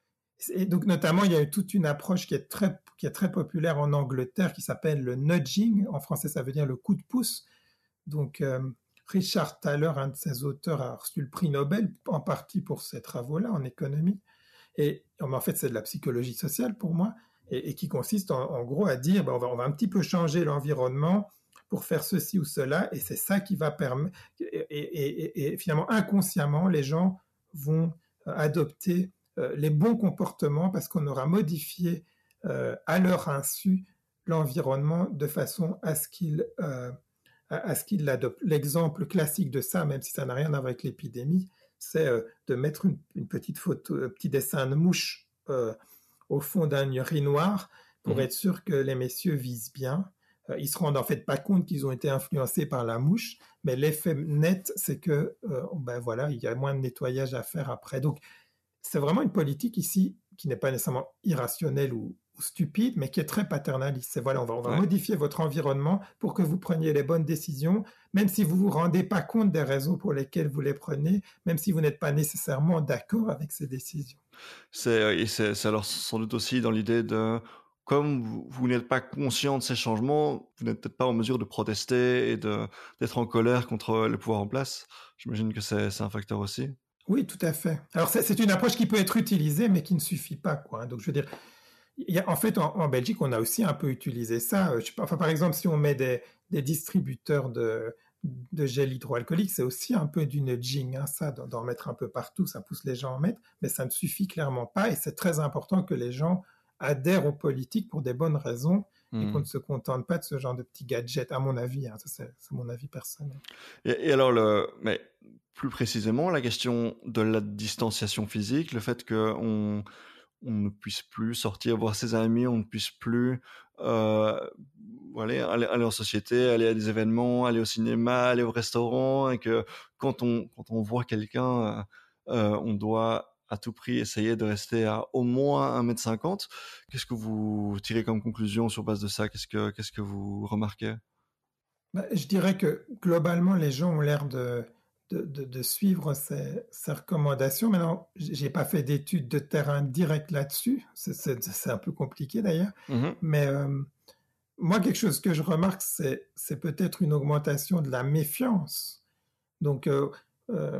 Et donc notamment, il y a toute une approche qui est très, qui est très populaire en Angleterre qui s'appelle le nudging. En français, ça veut dire le coup de pouce. Donc euh, Richard Thaler, un de ses auteurs, a reçu le prix Nobel en partie pour ses travaux-là en économie. Et en fait, c'est de la psychologie sociale pour moi, et, et qui consiste en, en, gros à dire ben, on, va, on va un petit peu changer l'environnement pour faire ceci ou cela, et c'est ça qui va permettre. Et, et, et, et, finalement, inconsciemment, les gens vont adopter euh, les bons comportements parce qu'on aura modifié euh, à leur insu l'environnement de façon à ce qu'ils euh, à, ce qu'il l'adopte. L'exemple classique de ça, même si ça n'a rien à voir avec l'épidémie, c'est euh, de mettre une, une, petite photo, un petit dessin de mouche euh, au fond d'un urinoir pour Mmh. être sûr que les messieurs visent bien. Euh, ils se rendent en fait pas compte qu'ils ont été influencés par la mouche, mais l'effet net, c'est que euh, ben voilà, il y a moins de nettoyage à faire après. Donc, c'est vraiment une politique ici qui n'est pas nécessairement irrationnelle ou, ou stupide, mais qui est très paternaliste. C'est voilà, on va, on va Ouais. modifier votre environnement pour que vous preniez les bonnes décisions, même si vous ne vous rendez pas compte des raisons pour lesquelles vous les prenez, même si vous n'êtes pas nécessairement d'accord avec ces décisions. C'est et c'est c'est alors sans doute aussi dans l'idée de comme vous vous n'êtes pas conscient de ces changements, vous n'êtes peut-être pas en mesure de protester et de d'être en colère contre le pouvoir en place. J'imagine que c'est c'est un facteur aussi? Oui, tout à fait. Alors c'est, c'est une approche qui peut être utilisée, mais qui ne suffit pas, quoi. Donc je veux dire, il y a, en fait, en, en Belgique, on a aussi un peu utilisé ça. Je sais pas, enfin, par exemple, si on met des, des distributeurs de, de gel hydroalcoolique, c'est aussi un peu du nudging, hein, ça, d'en, d'en mettre un peu partout, ça pousse les gens à en mettre, mais ça ne suffit clairement pas et c'est très important que les gens adhèrent aux politiques pour des bonnes raisons et qu'on Mmh. ne se contente pas de ce genre de petits gadgets, à mon avis, hein, ça, c'est, c'est mon avis personnel. Et et alors le mais plus précisément, la question de la distanciation physique, le fait qu'on on ne puisse plus sortir voir ses amis, on ne puisse plus, heu, voilà, aller aller en société, aller à des événements, aller au cinéma, aller au restaurant et que quand on quand on voit quelqu'un, heu heu, on doit à tout prix essayer de rester à au moins un mètre cinquante. Qu'est-ce que vous tirez comme conclusion sur base de ça? Qu'est-ce que qu'est-ce que vous remarquez? Bah, je dirais que globalement, les gens ont l'air de, de, de- de suivre ces, ces recommandations. Maintenant, j'ai pas fait d'études de terrain direct là-dessus. C'est c'est- c'est un peu compliqué d'ailleurs. Mmh. Mais euh, moi, quelque chose que je remarque, c'est c'est peut-être une augmentation de la méfiance. Donc, euh, euh,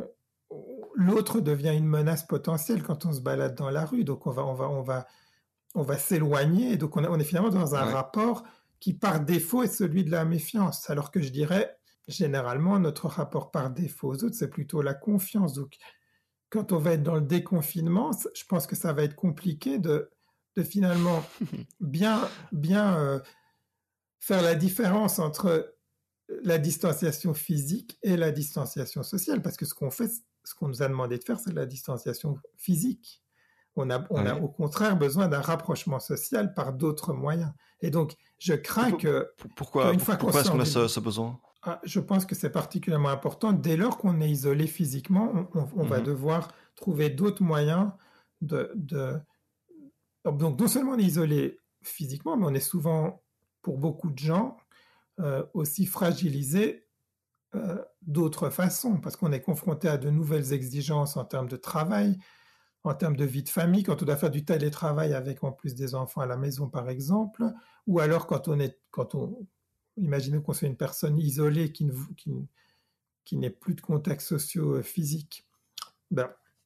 l'autre devient une menace potentielle quand on se balade dans la rue. Donc, on va, on va, on va, on va s'éloigner. Et donc, on, on est finalement dans un Ouais. rapport qui, par défaut, est celui de la méfiance. Alors que je dirais, généralement, notre rapport par défaut aux autres, c'est plutôt la confiance. Donc, quand on va être dans le déconfinement, je pense que ça va être compliqué de, de finalement bien, bien euh, faire la différence entre la distanciation physique et la distanciation sociale. Parce que ce qu'on fait, ce qu'on nous a demandé de faire, c'est de la distanciation physique. On a, on a Ouais. au contraire besoin d'un rapprochement social par d'autres moyens. Et donc, je Et crains pou que, pou pourquoi qu'une pour fois qu'on pourquoi est-ce sort qu'on a d'une... ce ce besoin? Ah, je pense que c'est particulièrement important. Dès lors qu'on est isolé physiquement, on, on, on va Mmh. devoir trouver d'autres moyens de, de... Donc, non seulement on est isolé physiquement, mais on est souvent, pour beaucoup de gens, euh, aussi fragilisé euh, d'autres façons, parce qu'on est confronté à de nouvelles exigences en termes de travail, en termes de vie de famille, quand on doit faire du télétravail avec en plus des enfants à la maison, par exemple, ou alors quand on est, quand on, imaginez qu'on soit une personne isolée qui, ne, qui, qui n'ait plus de contacts sociaux euh, physiques. Ben,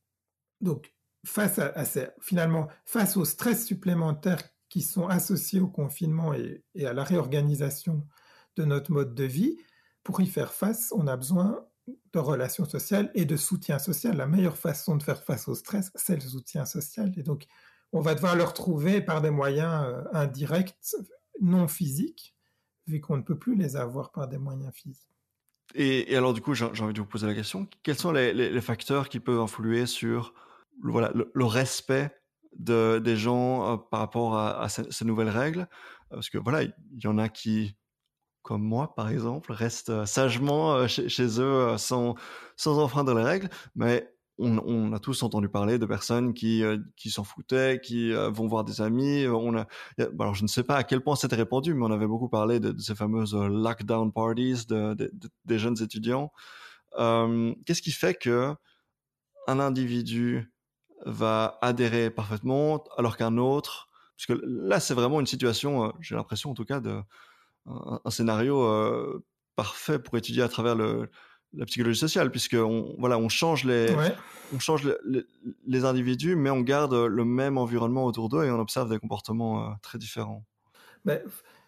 donc, face à, à ces, finalement, face au stress supplémentaire qui sont associés au confinement et, et à la réorganisation de notre mode de vie, pour y faire face, on a besoin de relations sociales et de soutien social. La meilleure façon de faire face au stress, c'est le soutien social. Et donc, on va devoir le retrouver par des moyens euh, indirects, non physiques, vu qu'on ne peut plus les avoir par des moyens physiques. Et, et alors, du coup, j'ai, j'ai envie de vous poser la question. Quels sont les, les, les facteurs qui peuvent influer sur le, voilà, le, le respect de, des gens euh, par rapport à, à ces, ces nouvelles règles? Parce que voilà, il y en a qui, comme moi, par exemple, restent euh, sagement euh, chez, chez eux euh, sans, sans enfreindre les règles. Mais on, on a tous entendu parler de personnes qui, euh, qui s'en foutaient, qui euh, vont voir des amis. On a, y a, alors, je ne sais pas à quel point c'était répandu, mais on avait beaucoup parlé de, de ces fameuses euh, lockdown parties de, de, de, des jeunes étudiants. Euh, qu'est-ce qui fait que un individu va adhérer parfaitement alors qu'un autre, parce que là, c'est vraiment une situation, euh, j'ai l'impression en tout cas, de un, un scénario euh, parfait pour étudier à travers le, la psychologie sociale, puisque on, voilà, on change les, Ouais. on change le, le, les individus, mais on garde le même environnement autour d'eux et on observe des comportements euh, très différents. Ben,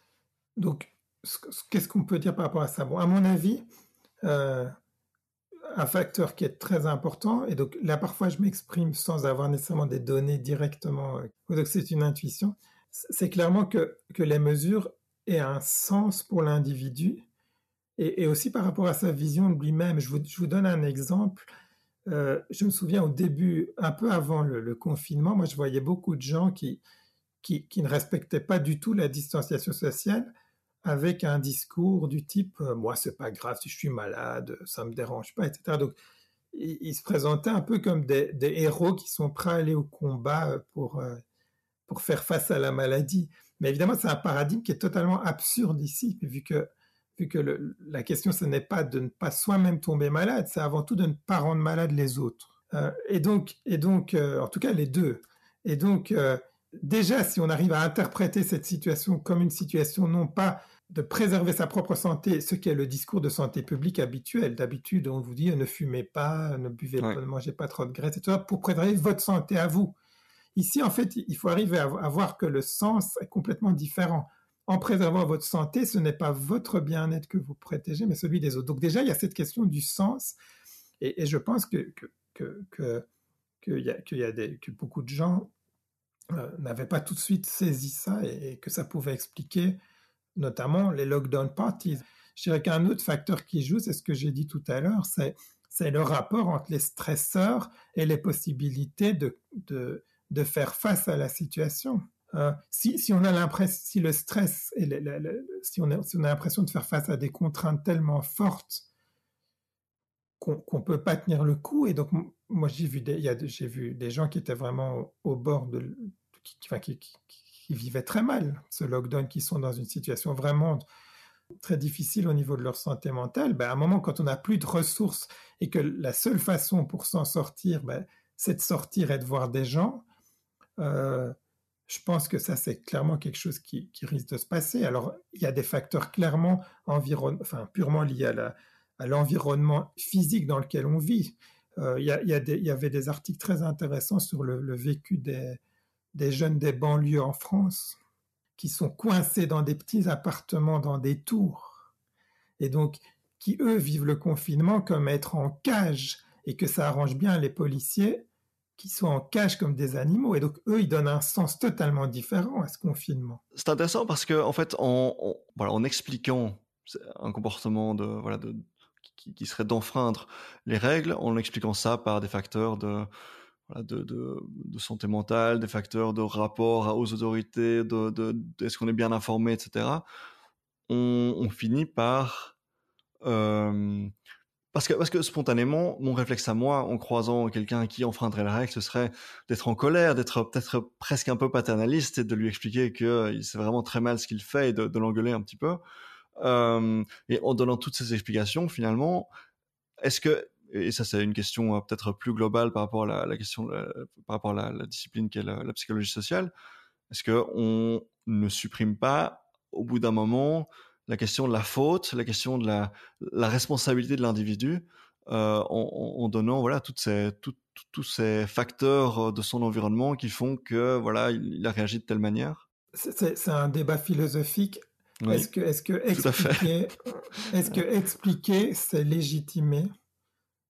donc, ce, ce, qu'est-ce qu'on peut dire par rapport à ça? Bon, à mon avis, euh, un facteur qui est très important, et donc là parfois je m'exprime sans avoir nécessairement des données directement, donc c'est une intuition, c'est clairement que, que les mesures aient un sens pour l'individu, et, et aussi par rapport à sa vision de lui-même. Je vous, je vous donne un exemple. Euh, je me souviens au début, un peu avant le, le confinement, moi je voyais beaucoup de gens qui, qui, qui ne respectaient pas du tout la distanciation sociale, avec un discours du type euh, moi c'est pas grave si je suis malade, ça me dérange pas, et cetera. Donc ils, ils se présentaient un peu comme des, des héros qui sont prêts à aller au combat pour euh, pour faire face à la maladie. Mais évidemment c'est un paradigme qui est totalement absurde ici, vu que vu que le, la question ce n'est pas de ne pas soi-même tomber malade, c'est avant tout de ne pas rendre malade les autres. Euh, et donc et donc euh, en tout cas les deux. Et donc euh, déjà, si on arrive à interpréter cette situation comme une situation non pas de préserver sa propre santé, ce qui est le discours de santé publique habituel. D'habitude, on vous dit ne fumez pas, ne buvez Ouais. pas, ne mangez pas trop de graisse, et cetera, pour préserver votre santé à vous. Ici, en fait, il faut arriver à voir que le sens est complètement différent. En préservant votre santé, ce n'est pas votre bien-être que vous protégez, mais celui des autres. Donc déjà, il y a cette question du sens, et, et je pense que, que, que, que, que, y a, qu'il y a des, que beaucoup de gens euh, n'avaient pas tout de suite saisi ça, et, et que ça pouvait expliquer notamment les lockdown parties. Je dirais qu'un autre facteur qui joue, c'est ce que j'ai dit tout à l'heure, c'est, c'est le rapport entre les stresseurs et les possibilités de, de, de faire face à la situation. Euh, si, si on a l'impression, si le stress et le, le, le, si, on a, si on a l'impression de faire face à des contraintes tellement fortes qu'on qu'on peut pas tenir le coup, et donc moi j'ai vu des, il y a, j'ai vu des gens qui étaient vraiment au, au bord de, qui, enfin, qui, qui, qui vivaient très mal ce lockdown, qui sont dans une situation vraiment très difficile au niveau de leur santé mentale. Ben, à un moment, quand on n'a plus de ressources et que la seule façon pour s'en sortir, ben, c'est de sortir et de voir des gens, euh, je pense que ça, c'est clairement quelque chose qui, qui risque de se passer. Alors, il y a des facteurs clairement environ... enfin, purement liés à, la, à l'environnement physique dans lequel on vit. Euh, il, y a, il, y a des, il y avait des articles très intéressants sur le, le vécu des, des jeunes des banlieues en France, qui sont coincés dans des petits appartements, dans des tours, et donc qui, eux, vivent le confinement comme être en cage, et que ça arrange bien les policiers qui sont en cage comme des animaux. Et donc, eux, ils donnent un sens totalement différent à ce confinement. C'est intéressant parce que, en fait, en, en, voilà, en expliquant un comportement de, voilà, de, qui, qui serait d'enfreindre les règles, en expliquant ça par des facteurs de... Voilà, de, de, de santé mentale, des facteurs de rapport aux autorités, de, de, de est-ce qu'on est bien informé, et cetera. On, on finit par... Euh, parce, que, parce que spontanément, mon réflexe à moi, en croisant quelqu'un qui enfreindrait la règle, ce serait d'être en colère, d'être peut-être presque un peu paternaliste et de lui expliquer que c'est vraiment très mal ce qu'il fait et de, de l'engueuler un petit peu. Euh, et en donnant toutes ces explications, finalement, est-ce que... Et ça, c'est une question euh, peut-être plus globale par rapport à la, la question, la, par rapport à la, la discipline qu'est la, la psychologie sociale. Est-ce qu'on ne supprime pas, au bout d'un moment, la question de la faute, la question de la, la responsabilité de l'individu, euh, en, en donnant voilà toutes ces, tout, tout, tous ces facteurs de son environnement qui font que voilà il, il a réagi de telle manière? C'est, c'est, c'est un débat philosophique. Oui, est-ce que, est-ce que tout à fait. expliquer, est-ce que expliquer, c'est légitimer?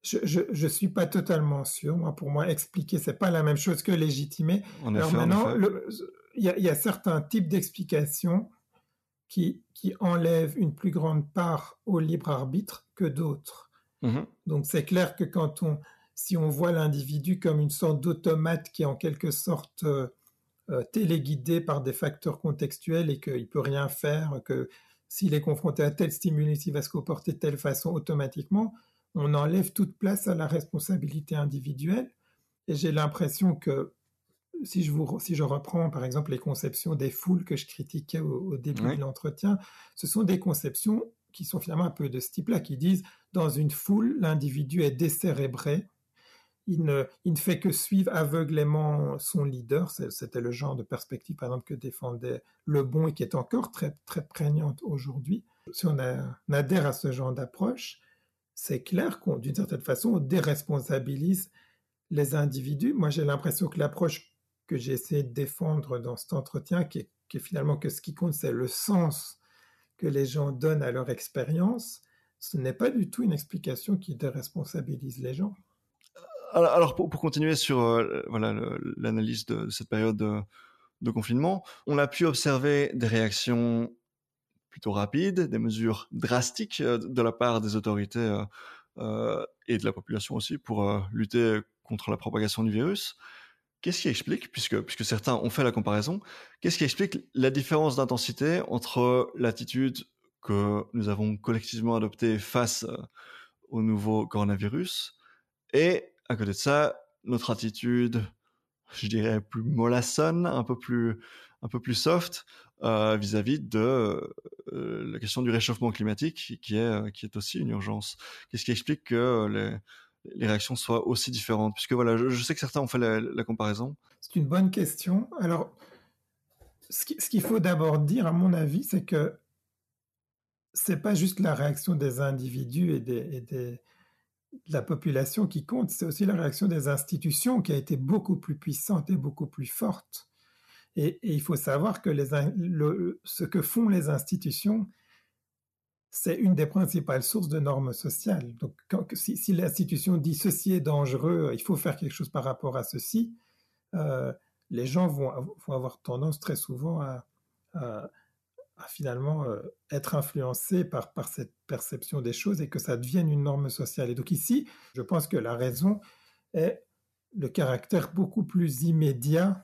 Je ne suis pas totalement sûr. Moi, pour moi, expliquer, c'est pas la même chose que légitimer. En Alors effet, en maintenant, effet. il y, y a certains types d'explications qui, qui enlèvent une plus grande part au libre arbitre que d'autres. Mmh. Donc c'est clair que quand on, si on voit l'individu comme une sorte d'automate qui est en quelque sorte euh, euh, téléguidé par des facteurs contextuels et qu'il ne peut rien faire, que s'il est confronté à tel stimulus, il va se comporter de telle façon automatiquement, on enlève toute place à la responsabilité individuelle. Et j'ai l'impression que si je, vous, si je reprends par exemple les conceptions des foules que je critiquais au, au début Oui. de l'entretien, ce sont des conceptions qui sont finalement un peu de ce type-là, qui disent dans une foule, l'individu est décérébré, il ne, il ne fait que suivre aveuglément son leader. C'était le genre de perspective, par exemple, que défendait Le Bon et qui est encore très, très prégnante aujourd'hui. Si on, a, on adhère à ce genre d'approche, c'est clair qu'on, d'une certaine façon, on déresponsabilise les individus. Moi, j'ai l'impression que l'approche que j'ai essayé de défendre dans cet entretien, qui est, qui est finalement que ce qui compte, c'est le sens que les gens donnent à leur expérience, ce n'est pas du tout une explication qui déresponsabilise les gens. Alors, alors pour, pour continuer sur euh, voilà, le, l'analyse de, de cette période de, de confinement, on a pu observer des réactions plutôt rapides, des mesures drastiques euh, de la part des autorités euh, euh, et de la population aussi pour euh, lutter contre la propagation du virus. Qu'est-ce qui explique, puisque, puisque certains ont fait la comparaison, qu'est-ce qui explique la différence d'intensité entre l'attitude que nous avons collectivement adoptée face euh, au nouveau coronavirus et, à côté de ça, notre attitude, je dirais, plus mollassonne, un peu plus, un peu plus soft, euh, vis-à-vis de euh, la question du réchauffement climatique, qui est, qui est aussi une urgence. Qu'est-ce qui explique que les, les réactions soient aussi différentes? Puisque voilà, je, je sais que certains ont fait la, la comparaison. C'est une bonne question. Alors, ce, qui, ce qu'il faut d'abord dire, à mon avis, c'est que c'est pas juste la réaction des individus et, des, et des, de la population qui compte, c'est aussi la réaction des institutions qui a été beaucoup plus puissante et beaucoup plus forte. Et, et il faut savoir que les, le, ce que font les institutions, c'est une des principales sources de normes sociales. Donc, quand, si, si l'institution dit ceci est dangereux, il faut faire quelque chose par rapport à ceci, euh, les gens vont, vont avoir tendance très souvent à, à, à finalement euh, être influencés par, par cette perception des choses et que ça devienne une norme sociale. Et donc ici, je pense que la raison est le caractère beaucoup plus immédiat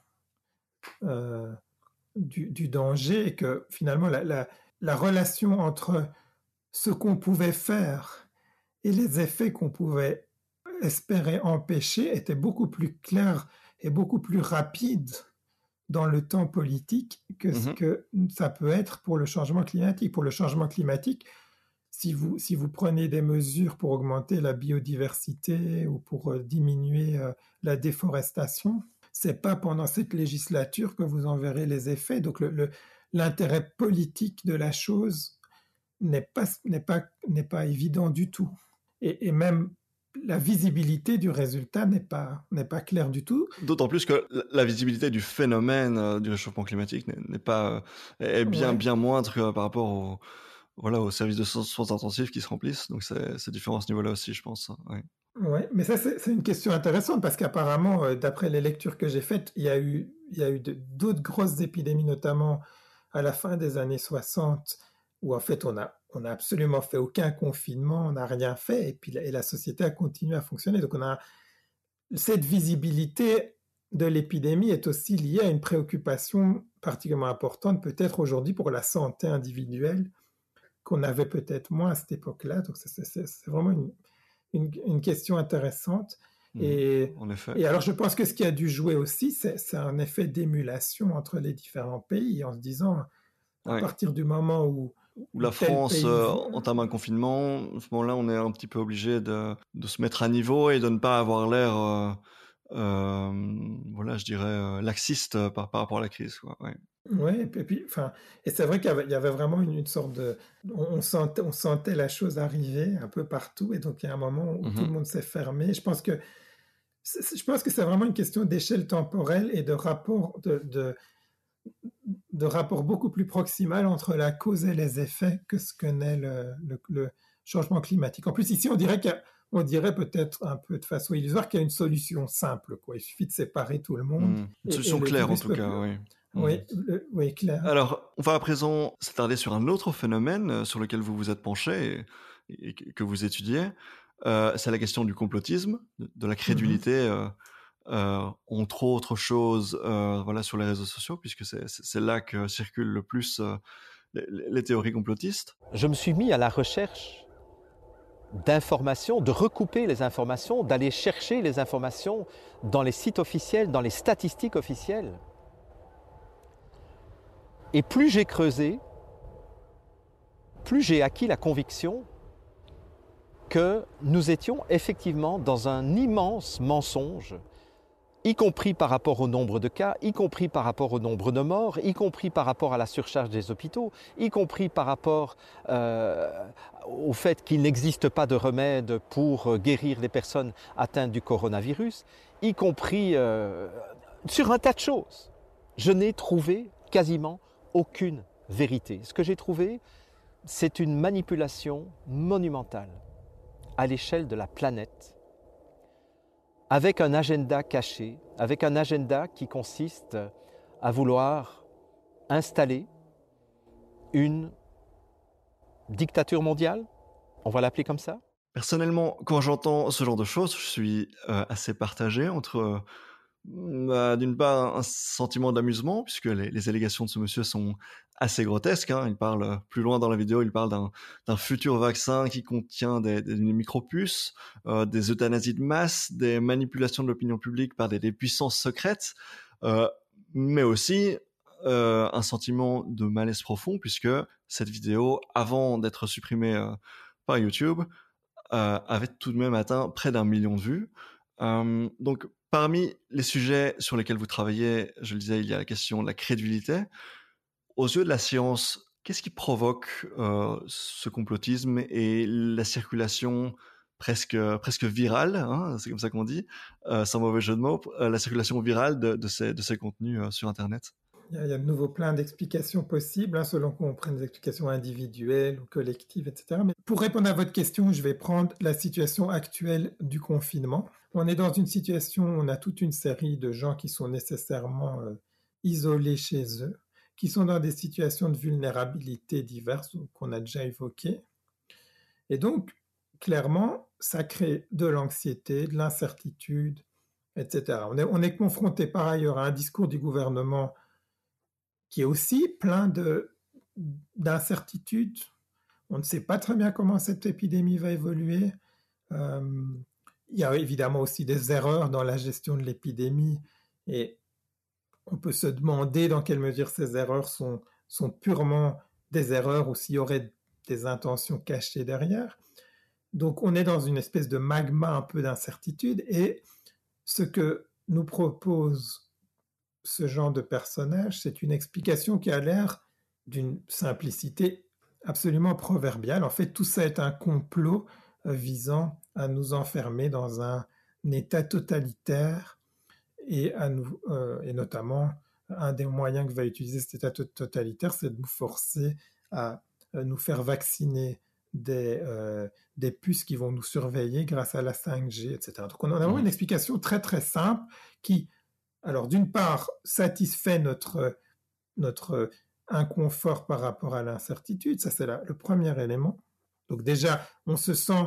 euh, du, du danger et que finalement la, la, la relation entre ce qu'on pouvait faire et les effets qu'on pouvait espérer empêcher était beaucoup plus claire et beaucoup plus rapide dans le temps politique que ce Mm-hmm. que ça peut être pour le changement climatique. Pour le changement climatique, si vous, si vous prenez des mesures pour augmenter la biodiversité ou pour diminuer la déforestation, c'est pas pendant cette législature que vous en verrez les effets. Donc le, le, l'intérêt politique de la chose n'est pas, n'est pas, n'est pas évident du tout. Et, et même la visibilité du résultat n'est pas, n'est pas claire du tout. D'autant plus que la visibilité du phénomène euh, du réchauffement climatique n'est, n'est pas, euh, est bien, ouais. bien moindre que par rapport au, voilà, aux services de soins intensifs qui se remplissent. Donc c'est, c'est différent à ce niveau-là aussi, je pense. Ouais. Oui, mais ça, c'est, c'est une question intéressante parce qu'apparemment, euh, d'après les lectures que j'ai faites, il y a eu, il y a eu de, d'autres grosses épidémies, notamment à la fin des années soixante, où en fait, on a, on a absolument fait aucun confinement, on n'a rien fait, et puis la, et la société a continué à fonctionner. Donc, on a cette visibilité de l'épidémie est aussi liée à une préoccupation particulièrement importante, peut-être aujourd'hui pour la santé individuelle, qu'on avait peut-être moins à cette époque-là. Donc, c'est, c'est, c'est vraiment une Une, une question intéressante. Mmh, et, en effet. et alors, je pense que ce qui a dû jouer aussi, c'est, c'est un effet d'émulation entre les différents pays, en se disant, à ouais. partir du moment où... Où la France pays... euh, entame un confinement, à ce moment-là, on est un petit peu obligé de, de se mettre à niveau et de ne pas avoir l'air, euh, euh, voilà, je dirais, euh, laxiste par, par rapport à la crise. Quoi. Ouais. Oui, et puis, enfin, et c'est vrai qu'il y avait, il y avait vraiment une, une sorte de, on sentait, on sentait la chose arriver un peu partout, et donc il y a un moment où mm-hmm. tout le monde s'est fermé. Je pense que, je pense que c'est vraiment une question d'échelle temporelle et de rapport, de, de, de rapport beaucoup plus proximal entre la cause et les effets que ce que n'est le, le, le changement climatique. En plus, ici, on dirait qu'il y a, on dirait peut-être un peu de façon illusoire qu'il y a une solution simple, quoi. Il suffit de séparer tout le monde. Mmh. Une et- solution et le claire en virus tout peut cas, plus- oui. Oui, Mmh. le- oui, clair. Alors, on va à présent s'attarder sur un autre phénomène euh, sur lequel vous vous êtes penché et, et que que vous étudiez. Euh, c'est la question du complotisme, de, de la Mhm. crédulité, euh, euh, entre autres choses, euh, voilà, sur les réseaux sociaux, puisque c'est, c'est c'est là que circulent le plus euh, les, les théories complotistes. Je me suis mis à la recherche d'informations, de recouper les informations, d'aller chercher les informations dans les sites officiels, dans les statistiques officielles. Et plus j'ai creusé, plus j'ai acquis la conviction que nous étions effectivement dans un immense mensonge, y compris par rapport au nombre de cas, y compris par rapport au nombre de morts, y compris par rapport à la surcharge des hôpitaux, y compris par rapport euh, au fait qu'il n'existe pas de remède pour guérir les personnes atteintes du coronavirus, y compris euh, sur un tas de choses. Je n'ai trouvé quasiment aucune vérité. Ce que j'ai trouvé, c'est une manipulation monumentale à l'échelle de la planète, avec un agenda caché, avec un agenda qui consiste à vouloir installer une dictature mondiale, on va l'appeler comme ça. Personnellement, quand j'entends ce genre de choses, je suis euh, assez partagé entre, euh, bah, d'une part, un sentiment d'amusement, puisque les, les allégations de ce monsieur sont assez grotesques. Hein. Il parle, euh, plus loin dans la vidéo, il parle d'un, d'un futur vaccin qui contient des, des micropuces, euh, des euthanasies de masse, des manipulations de l'opinion publique par des, des puissances secrètes, euh, mais aussi euh, un sentiment de malaise profond, puisque cette vidéo, avant d'être supprimée euh, par YouTube, euh, avait tout de même atteint près d'un million de vues. Euh, donc, parmi les sujets sur lesquels vous travaillez, je le disais, il y a la question de la crédulité. Aux yeux de la science, qu'est-ce qui provoque euh, ce complotisme et la circulation presque, presque virale, hein, c'est comme ça qu'on dit, euh, sans mauvais jeu de mots, euh, la circulation virale de, de, ces, de ces contenus euh, sur Internet? Il y, a, il y a de nouveau plein d'explications possibles, hein, selon qu'on prenne des explications individuelles ou collectives, et cetera. Mais pour répondre à votre question, je vais prendre la situation actuelle du confinement. On est dans une situation où on a toute une série de gens qui sont nécessairement euh, isolés chez eux, qui sont dans des situations de vulnérabilité diverses qu'on a déjà évoquées. Et donc, clairement, ça crée de l'anxiété, de l'incertitude, et cetera. On est, on est confronté par ailleurs à un discours du gouvernement qui est aussi plein de, d'incertitudes. On ne sait pas très bien comment cette épidémie va évoluer. Euh, il y a évidemment aussi des erreurs dans la gestion de l'épidémie et on peut se demander dans quelle mesure ces erreurs sont, sont purement des erreurs ou s'il y aurait des intentions cachées derrière. Donc on est dans une espèce de magma un peu d'incertitude et ce que nous propose ce genre de personnage, c'est une explication qui a l'air d'une simplicité absolument proverbiale. En fait, tout ça est un complot visant à nous enfermer dans un état totalitaire et, à nous, euh, et notamment, un des moyens que va utiliser cet état totalitaire, c'est de nous forcer à nous faire vacciner des, euh, des puces qui vont nous surveiller grâce à la cinq G, et cetera. Donc on a vraiment une explication très très simple qui, alors d'une part, satisfait notre, notre inconfort par rapport à l'incertitude, ça c'est la, le premier élément. Donc déjà, on se sent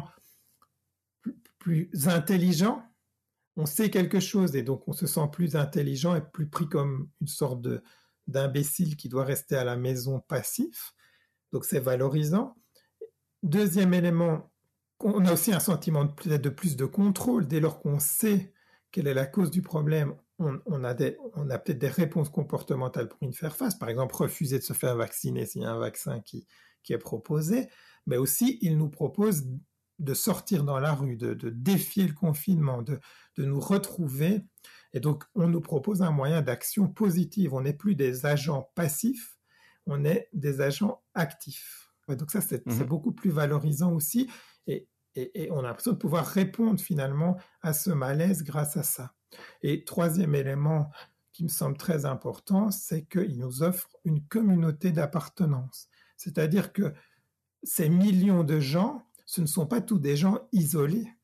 plus, plus intelligent, on sait quelque chose et donc on se sent plus intelligent et plus pris comme une sorte de, d'imbécile qui doit rester à la maison passif. Donc c'est valorisant. Deuxième élément, on a aussi un sentiment de, peut-être de plus de contrôle dès lors qu'on sait quelle est la cause du problème. On, on, a des, on a peut-être des réponses comportementales pour y faire face. Par exemple, refuser de se faire vacciner s'il y a un vaccin qui, qui est proposé. Mais aussi, il nous propose de sortir dans la rue, de, de défier le confinement, de, de nous retrouver. Et donc, on nous propose un moyen d'action positive. On n'est plus des agents passifs, on est des agents actifs. Et donc ça, c'est, mmh. c'est beaucoup plus valorisant aussi. Et, et, et on a l'impression de pouvoir répondre finalement à ce malaise grâce à ça. Et troisième élément qui me semble très important, c'est qu'il nous offre une communauté d'appartenance. C'est-à-dire que ces millions de gens, ce ne sont pas tous des gens isolés.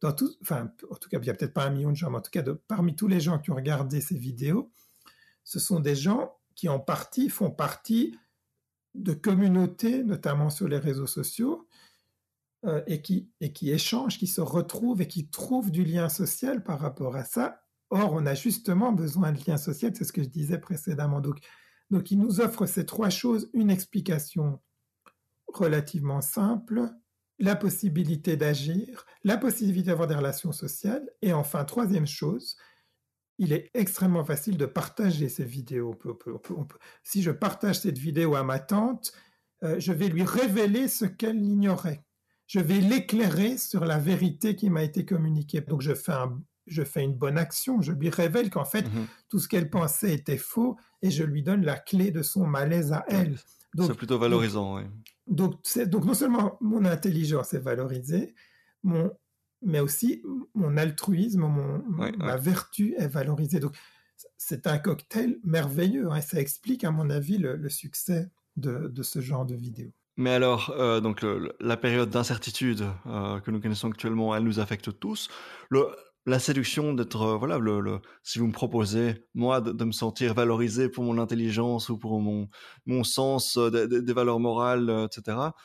dans tout, enfin, en tout cas, il n'y a peut-être pas un million de gens, mais en tout cas, de, parmi tous les gens qui ont regardé ces vidéos, ce sont des gens qui en partie font partie de communautés, notamment sur les réseaux sociaux, euh, et, qui, et qui échangent, qui se retrouvent et qui trouvent du lien social par rapport à ça. Or, on a justement besoin de lien social, c'est ce que je disais précédemment. Donc, donc il nous offre ces trois choses, une explication relativement simple, la possibilité d'agir, la possibilité d'avoir des relations sociales, et enfin, troisième chose, il est extrêmement facile de partager ces vidéos. On peut, on peut, on peut, on peut. Si je partage cette vidéo à ma tante, euh, je vais lui révéler ce qu'elle ignorait. Je vais l'éclairer sur la vérité qui m'a été communiquée. Donc je fais, un, je fais une bonne action, je lui révèle qu'en fait, mmh. tout ce qu'elle pensait était faux, et je lui donne la clé de son malaise à elle. Donc, c'est plutôt valorisant, donc, oui. Donc, c'est, donc non seulement mon intelligence est valorisée, mon, mais aussi mon altruisme, mon, ouais, ma ouais. vertu est valorisée. Donc, c'est un cocktail merveilleux. Hein, ça explique, à mon avis, le, le succès de, de ce genre de vidéo. Mais alors, euh, donc le, la période d'incertitude euh, que nous connaissons actuellement, elle nous affecte tous. Le, la séduction d'être, euh, voilà, le, le, si vous me proposez, moi, de, de me sentir valorisé pour mon intelligence ou pour mon, mon sens euh, des, des valeurs morales, euh, et cetera,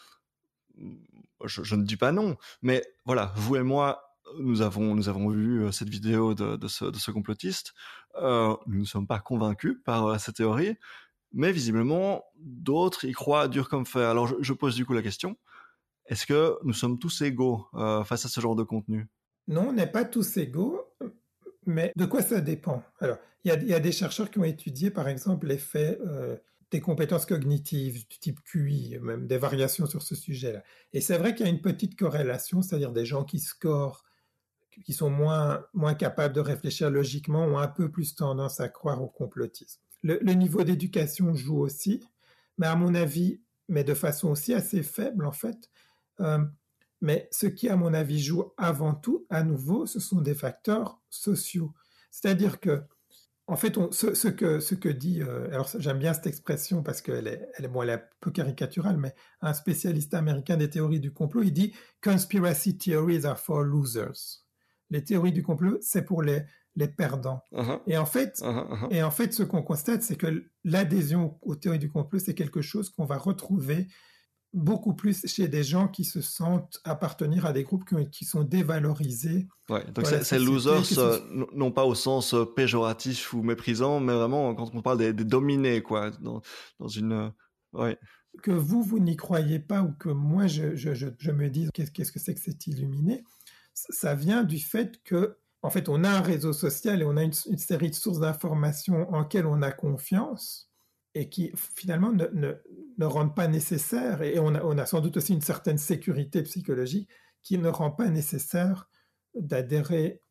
je, je ne dis pas non. Mais voilà, vous et moi, nous avons, nous avons vu cette vidéo de, de, ce, de ce complotiste. Euh, nous ne sommes pas convaincus par euh, cette théorie. Mais visiblement, d'autres y croient dur comme fer. Alors, je, je pose du coup la question, est-ce que nous sommes tous égaux euh, face à ce genre de contenu ? Non, on n'est pas tous égaux, mais de quoi ça dépend ? Alors, il y, y a des chercheurs qui ont étudié, par exemple, l'effet euh, des compétences cognitives du type Q I, même des variations sur ce sujet-là. Et c'est vrai qu'il y a une petite corrélation, c'est-à-dire des gens qui scorent, qui sont moins, moins capables de réfléchir logiquement, ont un peu plus tendance à croire au complotisme. Le, le niveau d'éducation joue aussi, mais à mon avis, mais de façon aussi assez faible en fait. Euh, mais ce qui, à mon avis, joue avant tout, à nouveau, ce sont des facteurs sociaux. C'est-à-dire que, en fait, on, ce, ce, que, ce que dit, euh, alors j'aime bien cette expression parce qu'elle est, elle est, bon, elle est un peu caricaturale, mais un spécialiste américain des théories du complot, il dit « Conspiracy theories are for losers ». Les théories du complot, c'est pour les, les perdants. Uh-huh. Et, en fait, uh-huh, uh-huh. et en fait, ce qu'on constate, c'est que l'adhésion aux théories du complot, c'est quelque chose qu'on va retrouver beaucoup plus chez des gens qui se sentent appartenir à des groupes qui, qui sont dévalorisés. Ouais, donc c'est, c'est losers, sont... euh, non pas au sens péjoratif ou méprisant, mais vraiment quand on parle des, des dominés, quoi, dans, dans une... Ouais. Que vous, vous n'y croyez pas ou que moi, je, je, je, je me dise qu'est-ce, qu'est-ce que c'est que cet illuminé, ça vient du fait que, en fait, on a un réseau social et on a une, une série de sources d'informations en lesquelles on a confiance et qui, finalement, ne, ne, ne rendent pas nécessaire, et on a, on a sans doute aussi une certaine sécurité psychologique qui ne rend pas nécessaire d'adhérer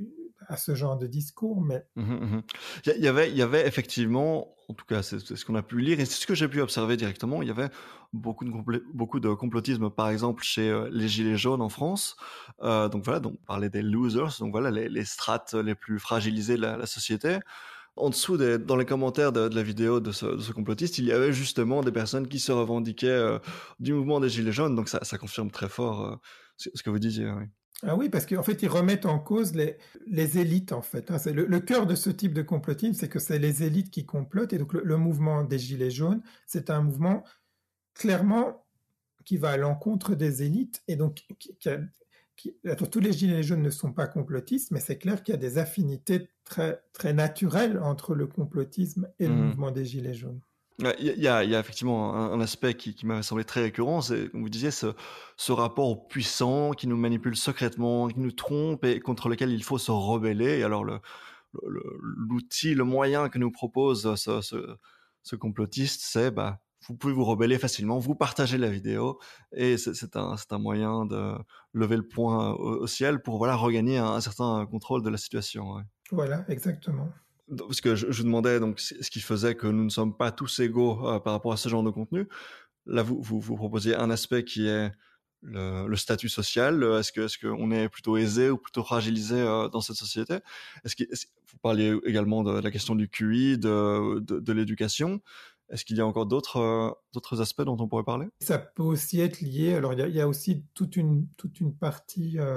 à ce genre de discours. Mais... Mmh, mmh. Il y avait, il y avait effectivement, en tout cas, c'est, c'est ce qu'on a pu lire, et c'est ce que j'ai pu observer directement, il y avait beaucoup de, compl- beaucoup de complotisme, par exemple, chez euh, les Gilets jaunes en France. Euh, donc voilà, donc, on parlait des losers, donc voilà, les, les strates les plus fragilisées de la, la société. En dessous, des, dans les commentaires de, de la vidéo de ce, de ce complotiste, il y avait justement des personnes qui se revendiquaient euh, du mouvement des Gilets jaunes, donc ça, ça confirme très fort euh, ce, ce que vous disiez. Oui. Ah oui, parce qu'en fait, ils remettent en cause les, les élites, en fait. Hein. C'est le, le cœur de ce type de complotisme, c'est que c'est les élites qui complotent, et donc le, le mouvement des Gilets jaunes, c'est un mouvement clairement qui va à l'encontre des élites, et donc qui, qui a, qui, tous les Gilets jaunes ne sont pas complotistes, mais c'est clair qu'il y a des affinités très, très naturelles entre le complotisme et le mmh. mouvement des Gilets jaunes. Il y, y, a, il y a effectivement un, un aspect qui, qui m'avait semblé très récurrent, c'est, comme vous disiez, ce, ce rapport au puissant qui nous manipule secrètement, qui nous trompe et contre lequel il faut se rebeller. Et alors le, le, l'outil, le moyen que nous propose ce, ce, ce complotiste, c'est bah, vous pouvez vous rebeller facilement, vous partagez la vidéo et c'est, c'est, un, c'est un moyen de lever le poing au, au ciel pour voilà, regagner un, un certain contrôle de la situation. Ouais. Voilà, exactement. Parce que je, je vous demandais donc ce qui faisait que nous ne sommes pas tous égaux euh, par rapport à ce genre de contenu. Là, vous, vous, vous proposiez un aspect qui est le, le statut social. Est-ce que, est-ce qu'on est plutôt aisé ou plutôt fragilisé euh, dans cette société ? Est-ce que, est-ce, vous parliez également de, de la question du Q I, de, de, de l'éducation. Est-ce qu'il y a encore d'autres, euh, d'autres aspects dont on pourrait parler ? Ça peut aussi être lié. Alors, il y a, il y a aussi toute une, toute une partie... Euh...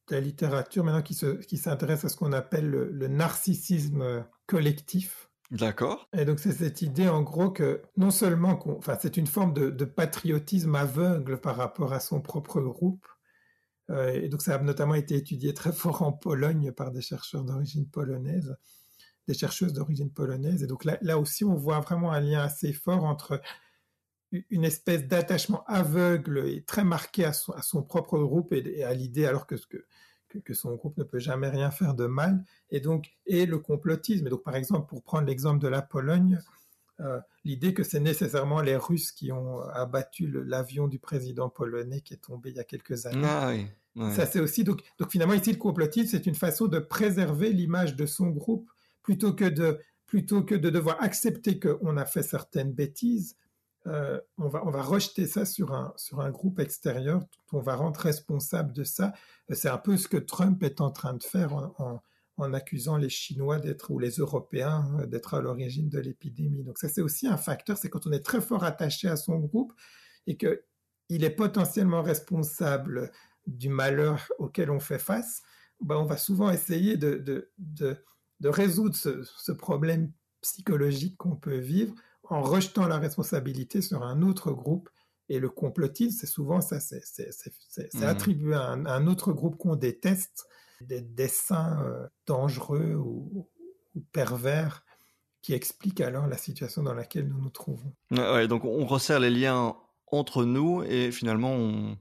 de la littérature maintenant qui, se, qui s'intéresse à ce qu'on appelle le, le narcissisme collectif. D'accord. Et donc c'est cette idée en gros que non seulement, qu'on, enfin c'est une forme de, de patriotisme aveugle par rapport à son propre groupe, euh, et donc ça a notamment été étudié très fort en Pologne par des chercheurs d'origine polonaise, des chercheuses d'origine polonaise, et donc là, là aussi on voit vraiment un lien assez fort entre une espèce d'attachement aveugle et très marqué à son, à son propre groupe et, et à l'idée alors que, que, que son groupe ne peut jamais rien faire de mal, et donc et le complotisme. Et donc par exemple, pour prendre l'exemple de la Pologne, euh, l'idée que c'est nécessairement les Russes qui ont abattu le, l'avion du président polonais qui est tombé il y a quelques années. Ah oui. Ouais. Ça c'est aussi donc, donc finalement ici le complotisme c'est une façon de préserver l'image de son groupe plutôt que de plutôt que de devoir accepter qu'on a fait certaines bêtises. Euh, on, va, on va rejeter ça sur un, sur un groupe extérieur, on va rendre responsable de ça. C'est un peu ce que Trump est en train de faire en, en, en accusant les Chinois d'être, ou les Européens d'être à l'origine de l'épidémie. Donc ça, c'est aussi un facteur, c'est quand on est très fort attaché à son groupe et qu'il est potentiellement responsable du malheur auquel on fait face, ben on va souvent essayer de, de, de, de résoudre ce, ce problème psychologique qu'on peut vivre en rejetant la responsabilité sur un autre groupe. Et le complotisme, c'est souvent ça, c'est, c'est, c'est, c'est, c'est mmh. attribué à un, à un autre groupe qu'on déteste, des desseins euh, dangereux ou, ou pervers qui expliquent alors la situation dans laquelle nous nous trouvons. Ouais, ouais, donc on resserre les liens entre nous et finalement on,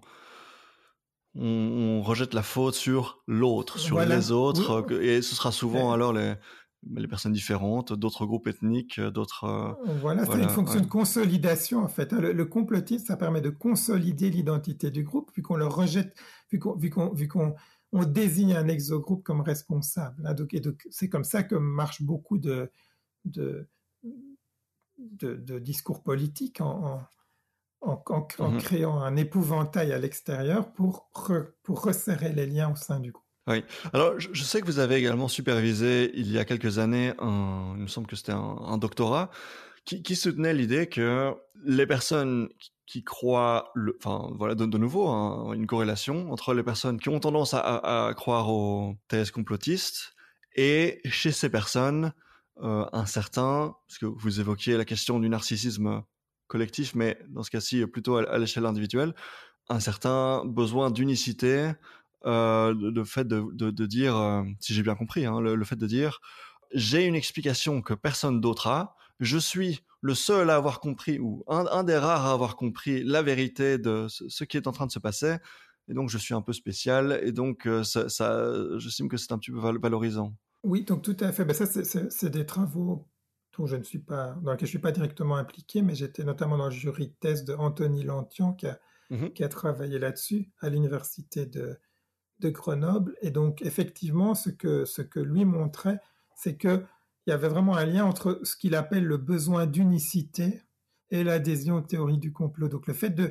on, on rejette la faute sur l'autre, sur voilà. les autres, oui. et ce sera souvent ouais. alors les... les personnes différentes, d'autres groupes ethniques, d'autres... Euh, voilà, c'est voilà, une fonction ouais. de consolidation, en fait. Le, le complotisme, ça permet de consolider l'identité du groupe, vu qu'on le rejette, vu qu'on, vu qu'on, vu qu'on on désigne un exogroupe comme responsable. Hein, donc, et donc, c'est comme ça que marche beaucoup de, de, de, de discours politiques en, en, en, en, en mm-hmm. créant un épouvantail à l'extérieur pour, re, pour resserrer les liens au sein du groupe. Oui. Alors, je, je sais que vous avez également supervisé il y a quelques années un, il me semble que c'était un, un doctorat qui, qui soutenait l'idée que les personnes qui, qui croient, le, enfin voilà, de, de nouveau, hein, une corrélation entre les personnes qui ont tendance à, à, à croire aux thèses complotistes et chez ces personnes euh, un certain, parce que vous évoquiez la question du narcissisme collectif, mais dans ce cas-ci plutôt à, à l'échelle individuelle, un certain besoin d'unicité. Euh, le fait de, de, de dire, euh, si j'ai bien compris, hein, le, le fait de dire j'ai une explication que personne d'autre a, je suis le seul à avoir compris ou un, un des rares à avoir compris la vérité de ce, ce qui est en train de se passer, et donc je suis un peu spécial, et donc euh, ça, ça, j'estime que c'est un petit peu valorisant. Oui, donc tout à fait. Ben ça, c'est, c'est, c'est des travaux dont je ne suis pas, dans lesquels je ne suis pas directement impliqué, mais j'étais notamment dans le jury de thèse de Anthony Lantian qui a, mm-hmm. qui a travaillé là-dessus à l'université de de Grenoble. Et donc, effectivement, ce que, ce que lui montrait, c'est qu'il y avait vraiment un lien entre ce qu'il appelle le besoin d'unicité et l'adhésion aux théories du complot. Donc, le fait de...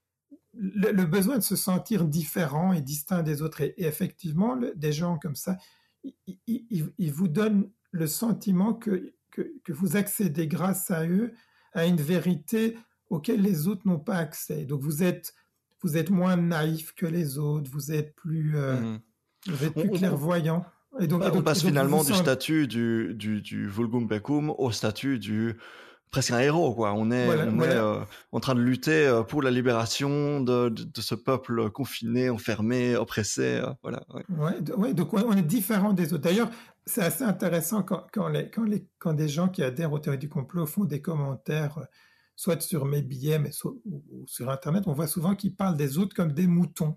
Le, le besoin de se sentir différent et distinct des autres. Et, et effectivement, le, des gens comme ça, ils, ils, ils vous donnent le sentiment que, que, que vous accédez grâce à eux à une vérité auquel les autres n'ont pas accès. Donc, vous êtes... Vous êtes moins naïf que les autres, vous êtes plus, euh, mmh. vous êtes plus on, clairvoyant. Et donc, bah, et donc, on passe et donc finalement du sent... statut du, du, du vulgum pecum au statut du presque un héros, quoi. On est, voilà, on voilà. est euh, en train de lutter pour la libération de, de, de ce peuple confiné, enfermé, oppressé. Euh, voilà. Ouais. Ouais, ouais, donc on est différent des autres. D'ailleurs, c'est assez intéressant quand, quand, les, quand, les, quand des gens qui adhèrent aux théories du complot font des commentaires. Soit sur mes billets, mais soit, ou, ou sur Internet, on voit souvent qu'ils parlent des autres comme des moutons.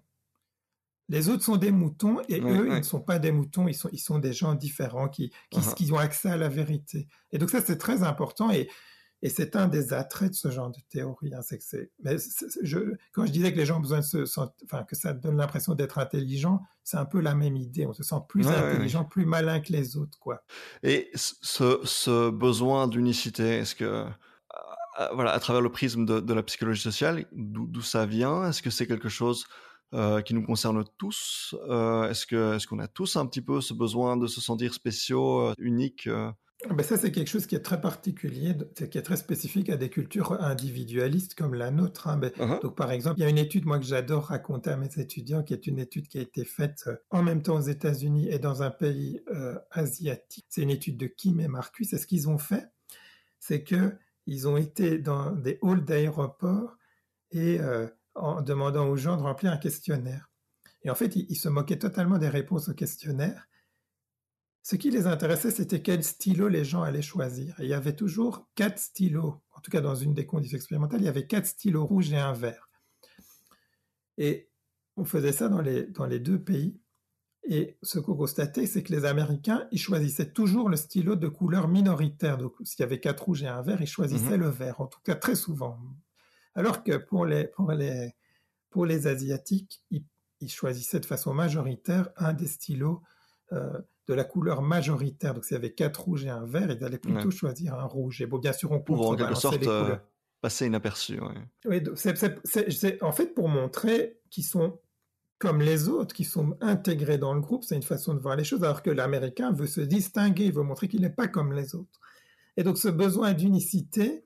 Les autres sont des moutons et ouais, eux, ouais. ils ne sont pas des moutons, ils sont, ils sont des gens différents qui, qui, uh-huh. qui ont accès à la vérité. Et donc ça, c'est très important et, et c'est un des attraits de ce genre de théorie. Hein, c'est que c'est, mais c'est, je, quand je disais que les gens ont besoin de se sentir, enfin, que ça donne l'impression d'être intelligent, c'est un peu la même idée. On se sent plus ouais, intelligent, ouais. plus malin que les autres, quoi. Et ce, ce besoin d'unicité, est-ce que... Voilà, à travers le prisme de, de la psychologie sociale, d'où, d'où ça vient? Est-ce que c'est quelque chose euh, qui nous concerne tous? euh, Est-ce que, est-ce qu'on a tous un petit peu ce besoin de se sentir spéciaux, euh, uniques euh... Ben ça, c'est quelque chose qui est très particulier, qui est très spécifique à des cultures individualistes comme la nôtre. Hein. Ben, Uh-huh. donc, par exemple, il y a une étude, moi, que j'adore raconter à mes étudiants, qui est une étude qui a été faite en même temps aux États-Unis et dans un pays euh, asiatique. C'est une étude de Kim et Marcus. Et ce qu'ils ont fait, c'est qu'ils ont été dans des halls d'aéroports et euh, en demandant aux gens de remplir un questionnaire. Et en fait, ils, ils se moquaient totalement des réponses au questionnaire. Ce qui les intéressait, c'était quel stylo les gens allaient choisir. Et il y avait toujours quatre stylos, en tout cas dans une des conditions expérimentales, il y avait quatre stylos rouges et un vert. Et on faisait ça dans les, dans les deux pays. Et ce qu'on constatait, c'est que les Américains, ils choisissaient toujours le stylo de couleur minoritaire. Donc, s'il y avait quatre rouges et un vert, ils choisissaient Mhm. le vert, en tout cas très souvent. Alors que pour les, pour les, pour les Asiatiques, ils, ils choisissaient de façon majoritaire un des stylos euh, de la couleur majoritaire. Donc, s'il y avait quatre rouges et un vert, ils allaient plutôt Ouais. choisir un rouge. Et bon, bien sûr, on Pour en quelque contrebalançait sorte les euh, couleurs. passer inaperçu. Ouais. Oui, donc c'est, c'est, c'est, c'est en fait pour montrer qu'ils sont comme les autres, qui sont intégrés dans le groupe. C'est une façon de voir les choses, alors que l'Américain veut se distinguer, il veut montrer qu'il n'est pas comme les autres. Et donc, ce besoin d'unicité,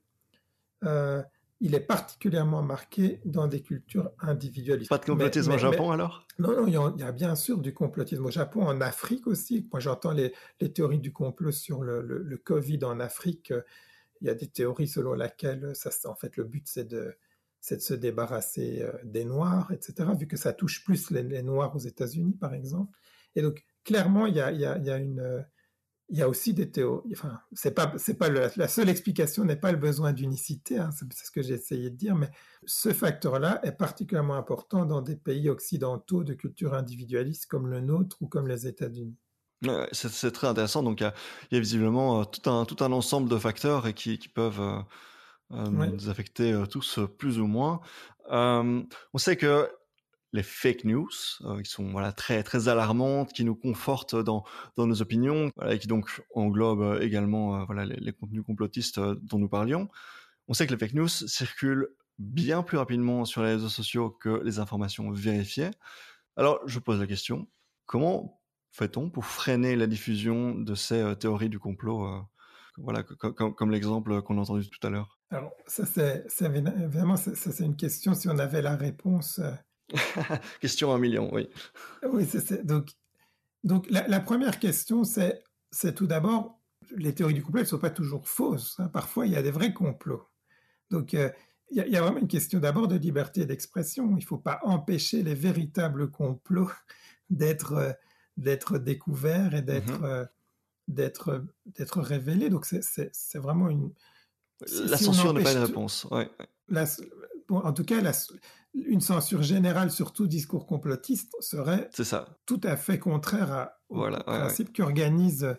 euh, il est particulièrement marqué dans des cultures individualistes. Pas de complotisme mais, au mais, Japon mais, alors? Non, non, il y, a, il y a bien sûr du complotisme au Japon, en Afrique aussi. Moi, j'entends les, les théories du complot sur le, le, le Covid en Afrique. Il y a des théories selon lesquelles, ça, en fait, le but, c'est de, c'est de se débarrasser euh, des Noirs, et cetera, vu que ça touche plus les, les Noirs aux États-Unis, par exemple. Et donc, clairement, il y a, il y a, il y a une... Il y a aussi des théories. Enfin, c'est pas, c'est pas le, la seule explication n'est pas le besoin d'unicité, hein, c'est, c'est ce que j'ai essayé de dire, mais ce facteur-là est particulièrement important dans des pays occidentaux de culture individualiste comme le nôtre ou comme les États-Unis. Ouais, c'est, c'est très intéressant. Donc, il y a, il y a visiblement euh, tout, un, tout un ensemble de facteurs et qui, qui peuvent euh, euh, Ouais. nous affecter euh, tous euh, plus ou moins. Euh, on sait que les fake news, euh, qui sont voilà, très, très alarmantes, qui nous confortent dans, dans nos opinions, voilà, et qui donc englobent euh, également euh, voilà, les, les contenus complotistes euh, dont nous parlions. On sait que les fake news circulent bien plus rapidement sur les réseaux sociaux que les informations vérifiées. Alors, je pose la question, comment fait-on pour freiner la diffusion de ces euh, théories du complot euh, voilà, comme, comme, comme l'exemple qu'on a entendu tout à l'heure? Alors, ça, c'est, c'est évidemment, ça, c'est une question. Si on avait la réponse. Euh... Question un million, oui. Oui, c'est, c'est, donc, donc la, la première question, c'est, c'est tout d'abord, les théories du complot, elles ne sont pas toujours fausses. Hein. Parfois, il y a des vrais complots. Donc, il euh, y, y a vraiment une question d'abord de liberté d'expression. Il ne faut pas empêcher les véritables complots d'être, euh, d'être découverts et d'être, mm-hmm. euh, d'être, d'être révélés. Donc, c'est, c'est, c'est vraiment une... Si, la si censure n'est pas une réponse. Ouais. La, bon, en tout cas, la, une censure générale sur tout discours complotiste serait c'est ça. tout à fait contraire à, au voilà, principe ouais, ouais. qu'organise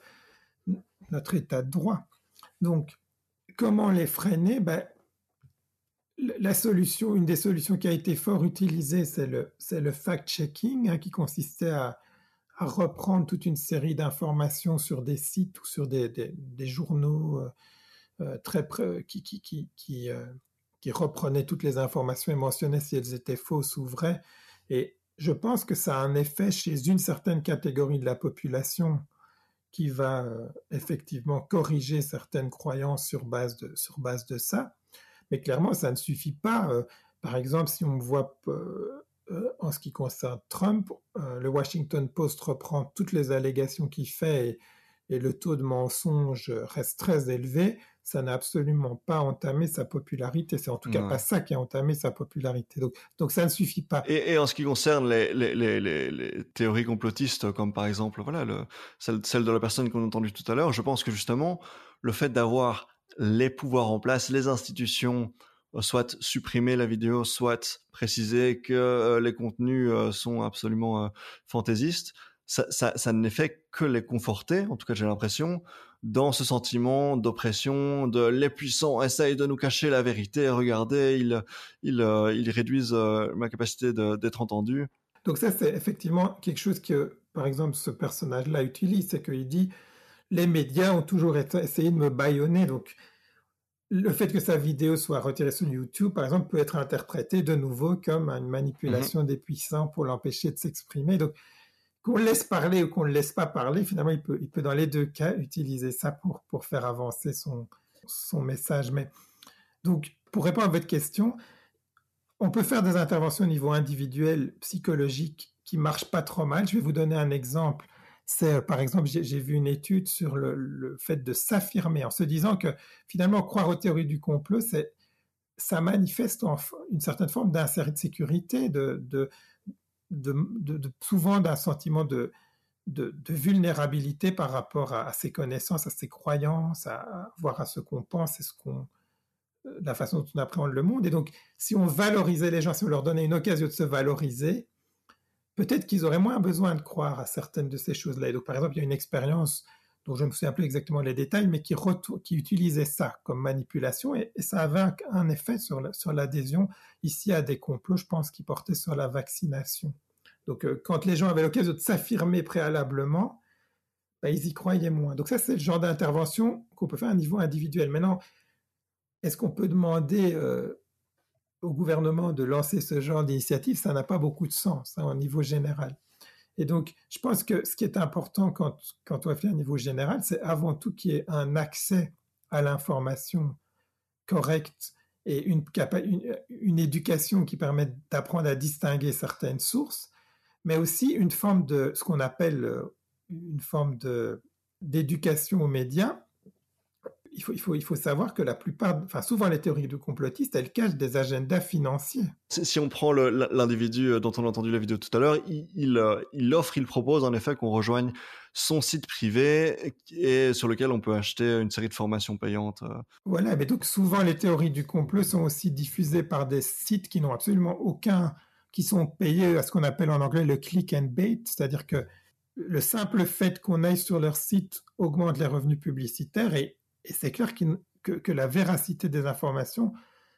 notre état de droit. Donc, comment les freiner? Ben, la solution, une des solutions qui a été fort utilisée, c'est le, c'est le fact-checking, hein, qui consistait à, à reprendre toute une série d'informations sur des sites ou sur des, des, des journaux euh, euh, très près, qui, qui, qui, qui, euh, qui reprenaient toutes les informations et mentionnaient si elles étaient fausses ou vraies. Et je pense que ça a un effet chez une certaine catégorie de la population qui va euh, effectivement corriger certaines croyances sur base de, sur base de ça. Mais clairement, ça ne suffit pas. Euh, par exemple, si on voit euh, euh, en ce qui concerne Trump, euh, le Washington Post reprend toutes les allégations qu'il fait et, et le taux de mensonge reste très élevé, ça n'a absolument pas entamé sa popularité. C'est en tout cas ouais. pas ça qui a entamé sa popularité. Donc, donc ça ne suffit pas. Et, et en ce qui concerne les, les, les, les, les théories complotistes, comme par exemple voilà, le, celle, celle de la personne qu'on a entendue tout à l'heure, je pense que justement, le fait d'avoir les pouvoirs en place, les institutions, soit supprimer la vidéo, soit préciser que euh, les contenus euh, sont absolument euh, fantaisistes, ça, ça, ça ne fait que les conforter, en tout cas j'ai l'impression, dans ce sentiment d'oppression, de les puissants essayent de nous cacher la vérité, regardez, ils, ils, euh, ils réduisent euh, ma capacité de, d'être entendu. Donc ça, c'est effectivement quelque chose que, par exemple, ce personnage-là utilise, c'est qu'il dit « les médias ont toujours essayé de me bâillonner ». Donc, le fait que sa vidéo soit retirée sur YouTube, par exemple, peut être interprété de nouveau comme une manipulation mmh. des puissants pour l'empêcher de s'exprimer. Donc, qu'on le laisse parler ou qu'on ne le laisse pas parler, finalement, il peut, il peut dans les deux cas utiliser ça pour, pour faire avancer son, son message. Mais, donc, pour répondre à votre question, on peut faire des interventions au niveau individuel, psychologique, qui ne marchent pas trop mal. Je vais vous donner un exemple. C'est, par exemple, j'ai, j'ai vu une étude sur le, le fait de s'affirmer en se disant que finalement, croire aux théories du complot, c'est, ça manifeste en, une certaine forme d'insécurité, de, de, de, de, de souvent d'un sentiment de, de, de vulnérabilité par rapport à, à ses connaissances, à ses croyances, à, à voir à ce qu'on pense et ce qu'on, la façon dont on appréhende le monde. Et donc, si on valorisait les gens, si on leur donnait une occasion de se valoriser, peut-être qu'ils auraient moins besoin de croire à certaines de ces choses-là. Et donc, par exemple, il y a une expérience dont je ne me souviens plus exactement les détails, mais qui, retour, qui utilisait ça comme manipulation, et, et ça avait un, un effet sur, la, sur l'adhésion ici à des complots, je pense, qui portaient sur la vaccination. Donc, euh, quand les gens avaient l'occasion de s'affirmer préalablement, ben, ils y croyaient moins. Donc ça, c'est le genre d'intervention qu'on peut faire à un niveau individuel. Maintenant, est-ce qu'on peut demander euh, au gouvernement de lancer ce genre d'initiative? Ça n'a pas beaucoup de sens hein, au niveau général. Et donc, je pense que ce qui est important quand, quand on fait un niveau général, c'est avant tout qu'il y ait un accès à l'information correcte et une, une, une éducation qui permette d'apprendre à distinguer certaines sources, mais aussi une forme de ce qu'on appelle une forme de, d'éducation aux médias. Il faut, il, faut, il faut savoir que la plupart, enfin souvent les théories du complotiste, elles cachent des agendas financiers. Si on prend le, l'individu dont on a entendu la vidéo tout à l'heure, il, il, il offre, il propose en effet qu'on rejoigne son site privé et sur lequel on peut acheter une série de formations payantes. Voilà, mais donc souvent les théories du complot sont aussi diffusées par des sites qui n'ont absolument aucun, qui sont payés à ce qu'on appelle en anglais le click and bait, c'est-à-dire que le simple fait qu'on aille sur leur site augmente les revenus publicitaires et Et c'est clair que, que la véracité des informations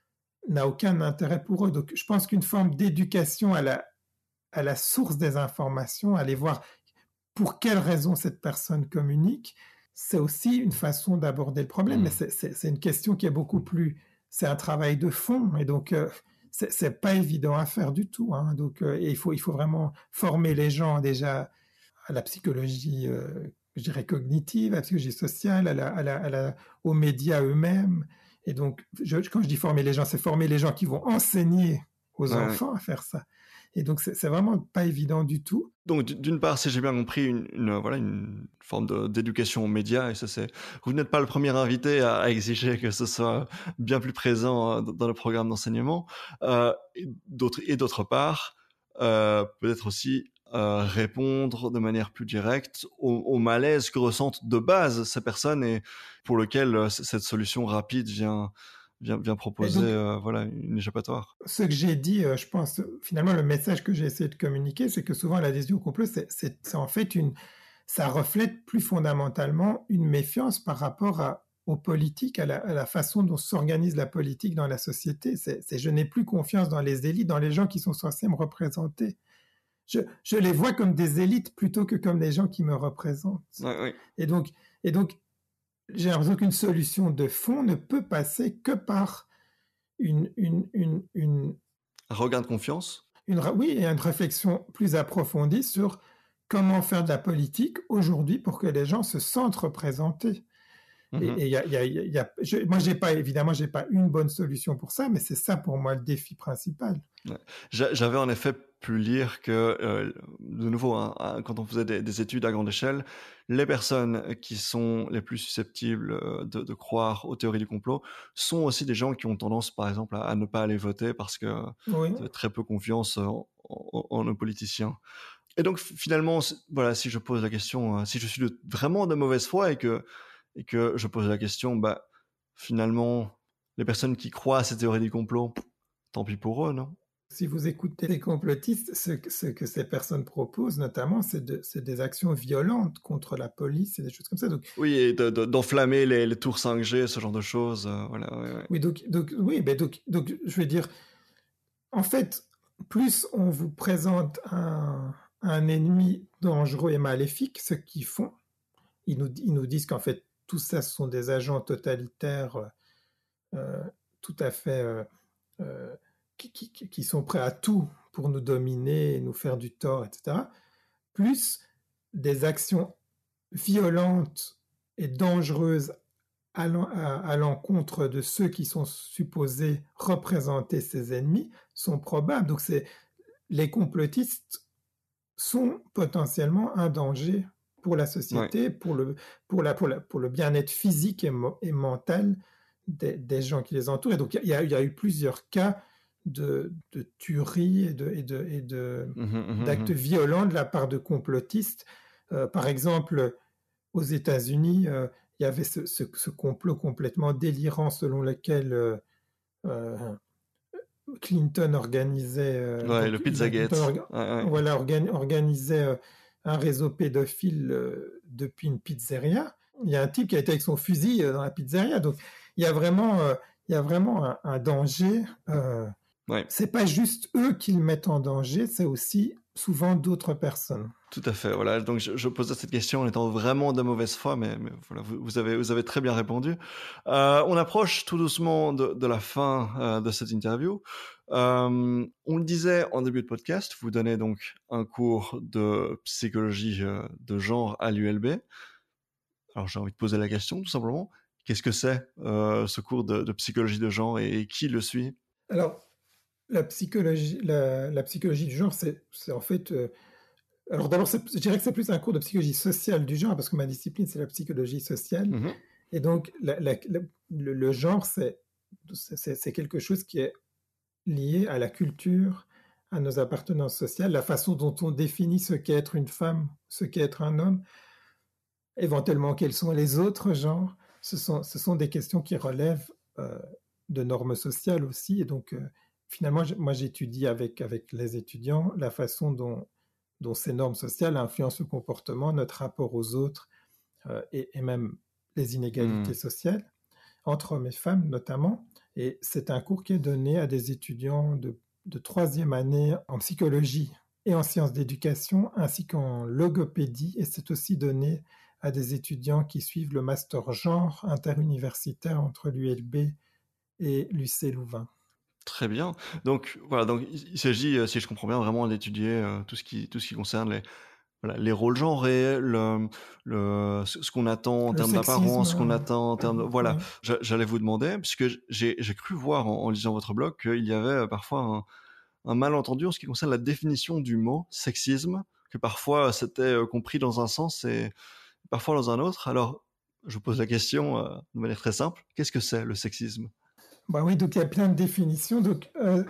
n'a aucun intérêt pour eux. Donc, je pense qu'une forme d'éducation à la, à la source des informations, aller voir pour quelles raisons cette personne communique, c'est aussi une façon d'aborder le problème. Mmh. Mais c'est, c'est, c'est une question qui est beaucoup plus... C'est un travail de fond. Et donc, euh, c'est, c'est pas évident à faire du tout. Hein. Donc, euh, et il faut, il faut vraiment former les gens déjà à la psychologie euh, je dirais cognitive, à la psychologie sociale, à la, à la, à la, aux médias eux-mêmes. Et donc, je, quand je dis former les gens, c'est former les gens qui vont enseigner aux ouais, enfants ouais. à faire ça. Et donc, c'est, c'est vraiment pas évident du tout. Donc, d'une part, si j'ai bien compris, une, une, voilà, une forme de, d'éducation aux médias, et ça, c'est... Vous n'êtes pas le premier invité à, à exiger que ce soit bien plus présent dans le programme d'enseignement. Euh, et, d'autre, et d'autre part, euh, peut-être aussi Euh, répondre de manière plus directe au, au malaise que ressentent de base ces personnes et pour lequel euh, cette solution rapide vient, vient, vient proposer donc, euh, voilà, une échappatoire. Ce que j'ai dit, euh, je pense, finalement, le message que j'ai essayé de communiquer, c'est que souvent l'adhésion au complot, c'est, c'est, c'est en fait une... ça reflète plus fondamentalement une méfiance par rapport à, aux politiques, à la, à la façon dont s'organise la politique dans la société. C'est, c'est je n'ai plus confiance dans les élites, dans les gens qui sont censés me représenter. Je, je les vois comme des élites plutôt que comme des gens qui me représentent. Ouais, ouais. Et donc, et donc, j'ai l'impression qu'une solution de fond ne peut passer que par une... une, une, une un regain de confiance. Une, oui, et une réflexion plus approfondie sur comment faire de la politique aujourd'hui pour que les gens se sentent représentés. Mm-hmm. Et, et y a, y a, y a, je, moi, j'ai pas, évidemment, je n'ai pas une bonne solution pour ça, mais c'est ça pour moi le défi principal. Ouais. J'avais en effet pu lire que, euh, de nouveau, hein, quand on faisait des, des études à grande échelle, les personnes qui sont les plus susceptibles de, de croire aux théories du complot sont aussi des gens qui ont tendance, par exemple, à, à ne pas aller voter parce que oui. Ils ont très peu confiance en, en, en nos politiciens. Et donc, finalement, voilà, si je pose la question, si je suis de, vraiment de mauvaise foi et que, et que je pose la question, bah, finalement, les personnes qui croient à ces théories du complot, tant pis pour eux, non? Si vous écoutez les complotistes, ce que, ce que ces personnes proposent, notamment, c'est, de, c'est des actions violentes contre la police et des choses comme ça. Donc, oui, et de, de, d'enflammer les, les tours cinq G, ce genre de choses. Euh, voilà, ouais, ouais. Oui, donc, donc, oui, ben donc, donc, je veux dire, en fait, plus on vous présente un, un ennemi dangereux et maléfique, ce qu'ils font, ils nous, ils nous disent qu'en fait, tout ça, ce sont des agents totalitaires euh, tout à fait... Euh, euh, Qui, qui, qui sont prêts à tout pour nous dominer et nous faire du tort, et cetera. plus des actions violentes et dangereuses à l'encontre de ceux qui sont supposés représenter ces ennemis sont probables. Donc c'est, les complotistes sont potentiellement un danger pour la société, ouais. pour, le, pour, la, pour, la, pour le bien-être physique et, mo- et mental des, des gens qui les entourent. Et donc il y, y, y a eu plusieurs cas de, de tueries et, de, et, de, et de, mmh, d'actes mmh. violents de la part de complotistes. Euh, par exemple, aux États-Unis, euh, il y avait ce, ce, ce complot complètement délirant selon lequel euh, euh, Clinton organisait, euh, ouais, donc, le Pizzagate, orga- ouais, ouais. Voilà, organ- organisait euh, un réseau pédophile euh, depuis une pizzeria. Il y a un type qui a été avec son fusil euh, dans la pizzeria. Donc, il y a vraiment, euh, il y a vraiment un, un danger. Euh, ouais. C'est pas juste eux qui le mettent en danger, c'est aussi souvent d'autres personnes. Tout à fait. Voilà. Donc, je, je posais cette question en étant vraiment de mauvaise foi, mais, mais voilà, vous, vous, avez, vous avez très bien répondu. Euh, on approche tout doucement de, de la fin euh, de cette interview. Euh, on le disait en début de podcast, vous donnez donc un cours de psychologie euh, de genre à l'U L B. Alors, j'ai envie de poser la question, tout simplement. Qu'est-ce que c'est euh, ce cours de, de psychologie de genre et, et qui le suit? Alors, la psychologie, la, la psychologie du genre, c'est, c'est en fait... Euh, alors d'abord, je dirais que c'est plus un cours de psychologie sociale du genre, parce que ma discipline, c'est la psychologie sociale. Mmh. Et donc, la, la, la, le, le genre, c'est, c'est, c'est quelque chose qui est lié à la culture, à nos appartenances sociales, la façon dont on définit ce qu'est être une femme, ce qu'est être un homme, éventuellement quels sont les autres genres. Ce sont, ce sont des questions qui relèvent euh, de normes sociales aussi. Et donc, euh, finalement, moi, j'étudie avec, avec les étudiants la façon dont dont ces normes sociales influencent le comportement, notre rapport aux autres euh, et, et même les inégalités mmh. sociales, entre hommes et femmes notamment. Et c'est un cours qui est donné à des étudiants de, de troisième année en psychologie et en sciences d'éducation, ainsi qu'en logopédie. Et c'est aussi donné à des étudiants qui suivent le master genre interuniversitaire entre l'U L B et l'U C Louvain. Très bien. Donc voilà, donc il s'agit, si je comprends bien, vraiment d'étudier euh, tout ce qui tout ce qui concerne les voilà, les rôles genrés, le, le ce qu'on attend en le termes sexisme, d'apparence, ce qu'on attend en termes de, voilà. Ouais. J'allais vous demander puisque j'ai j'ai cru voir en, en lisant votre blog qu'il y avait parfois un, un malentendu en ce qui concerne la définition du mot sexisme, que parfois c'était compris dans un sens et parfois dans un autre. Alors, je vous pose la question euh, de manière très simple. Qu'est-ce que c'est le sexisme? Bah oui, donc il y a plein de définitions. Donc, euh,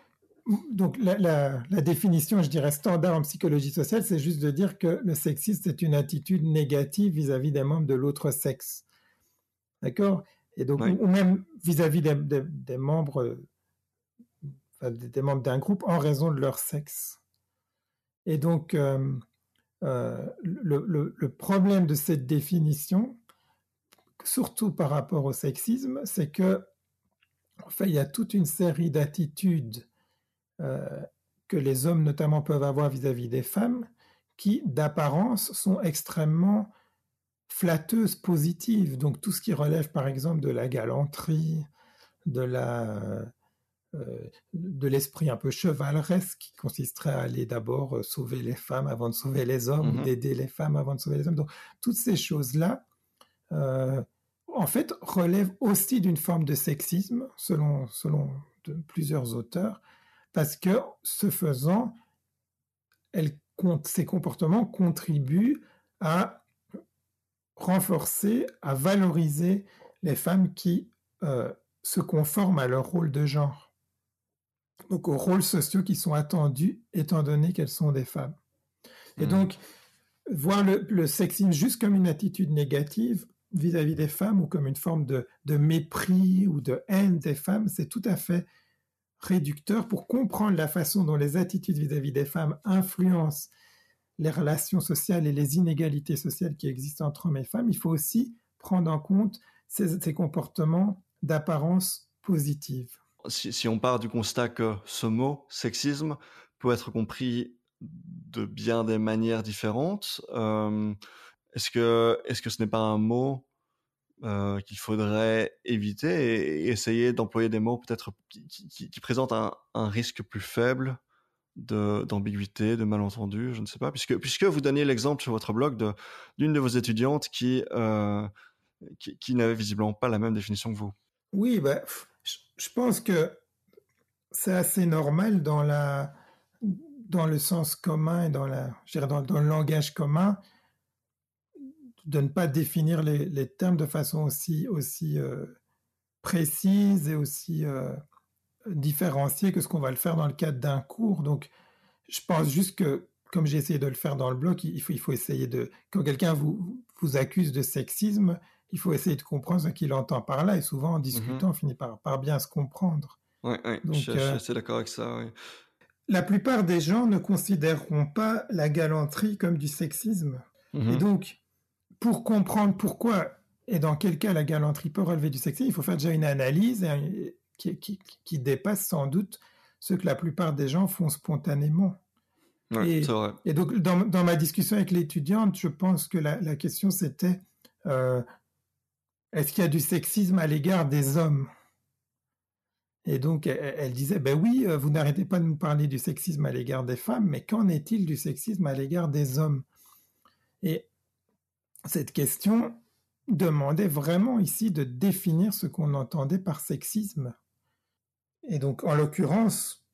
donc la, la, la définition, je dirais, standard en psychologie sociale, c'est juste de dire que le sexisme, c'est une attitude négative vis-à-vis des membres de l'autre sexe. D'accord? Et donc, oui. ou, ou même vis-à-vis des, des, des membres, enfin, des membres d'un groupe en raison de leur sexe. Et donc, euh, euh, le, le, le problème de cette définition, surtout par rapport au sexisme, c'est que en fait, il y a toute une série d'attitudes euh, que les hommes notamment peuvent avoir vis-à-vis des femmes qui, d'apparence, sont extrêmement flatteuses, positives. Donc tout ce qui relève par exemple de la galanterie, de, la, euh, de l'esprit un peu chevaleresque qui consisterait à aller d'abord sauver les femmes avant de sauver les hommes, mm-hmm. ou d'aider les femmes avant de sauver les hommes. Donc toutes ces choses-là, euh, en fait, relève aussi d'une forme de sexisme, selon, selon de plusieurs auteurs, parce que, ce faisant, elle, ces comportements contribuent à renforcer, à valoriser les femmes qui euh, se conforment à leur rôle de genre, donc aux rôles sociaux qui sont attendus, étant donné qu'elles sont des femmes. Et mmh. donc, voir le, le sexisme juste comme une attitude négative vis-à-vis des femmes ou comme une forme de, de mépris ou de haine des femmes, c'est tout à fait réducteur pour comprendre la façon dont les attitudes vis-à-vis des femmes influencent les relations sociales et les inégalités sociales qui existent entre hommes et femmes. Il faut aussi prendre en compte ces, ces comportements d'apparence positive. Si, si on part du constat que ce mot, sexisme, peut être compris de bien des manières différentes, euh, Est-ce que, est-ce que ce n'est pas un mot euh, qu'il faudrait éviter et, et essayer d'employer des mots peut-être qui, qui, qui présentent un, un risque plus faible de, d'ambiguïté, de malentendu, je ne sais pas, puisque, puisque vous donniez l'exemple sur votre blog de, d'une de vos étudiantes qui, euh, qui, qui n'avait visiblement pas la même définition que vous. Oui, bah, je, je pense que c'est assez normal dans, la, dans le sens commun et dans, la, je dirais dans, dans le langage commun de ne pas définir les, les termes de façon aussi, aussi euh, précise et aussi euh, différenciée que ce qu'on va le faire dans le cadre d'un cours. Donc, je pense juste que, comme j'ai essayé de le faire dans le blog, il faut, il faut essayer de... Quand quelqu'un vous, vous accuse de sexisme, il faut essayer de comprendre ce qu'il entend par là. Et souvent, en discutant, mm-hmm. on finit par, par bien se comprendre. Oui, ouais, je, je suis assez d'accord avec ça, oui. La plupart des gens ne considéreront pas la galanterie comme du sexisme. Mm-hmm. Et donc, pour comprendre pourquoi et dans quel cas la galanterie peut relever du sexisme, il faut faire déjà une analyse qui, qui, qui dépasse sans doute ce que la plupart des gens font spontanément. Ouais, et, c'est vrai. et donc, dans, dans ma discussion avec l'étudiante, je pense que la, la question c'était euh, est-ce qu'il y a du sexisme à l'égard des hommes ? Et donc, elle, elle disait, ben oui, vous n'arrêtez pas de nous parler du sexisme à l'égard des femmes, mais qu'en est-il du sexisme à l'égard des hommes ? Et cette question demandait vraiment ici de définir ce qu'on entendait par sexisme. Et donc, en l'occurrence,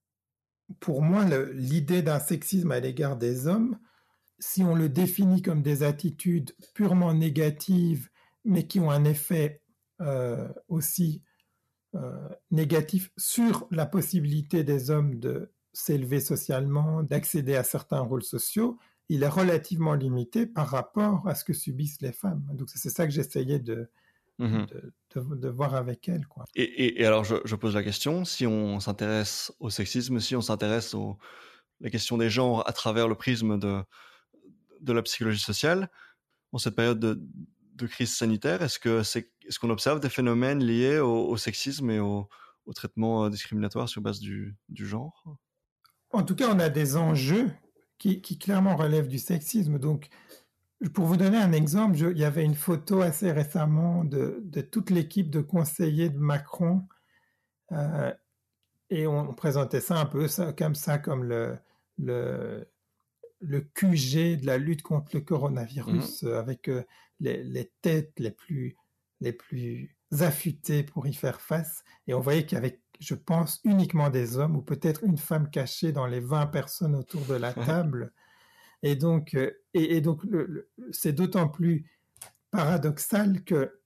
pour moi, le, l'idée d'un sexisme à l'égard des hommes, si on le définit comme des attitudes purement négatives, mais qui ont un effet euh, aussi euh, négatif sur la possibilité des hommes de s'élever socialement, d'accéder à certains rôles sociaux, il est relativement limité par rapport à ce que subissent les femmes. Donc c'est ça que j'essayais de, mmh. de, de, de voir avec elles, quoi. Et, et, et alors je, je pose la question, si on s'intéresse au sexisme, si on s'intéresse aux la question des genres à travers le prisme de, de la psychologie sociale, en cette période de, de crise sanitaire, est-ce, que c'est, est-ce qu'on observe des phénomènes liés au, au sexisme et au, au traitement discriminatoire sur base du, du genre ? En tout cas, on a des enjeux Qui, qui clairement relève du sexisme. Donc, pour vous donner un exemple, je, il y avait une photo assez récemment de, de toute l'équipe de conseillers de Macron euh, et on, on présentait ça un peu ça, comme ça, comme le, le, le Q G de la lutte contre le coronavirus, mmh. euh, avec euh, les, les têtes les plus, les plus affûtées pour y faire face. Et on voyait qu'il y avait, je pense, uniquement des hommes ou peut-être une femme cachée dans les vingt personnes autour de la table. Et donc, euh, et, et donc le, le, c'est d'autant plus paradoxal que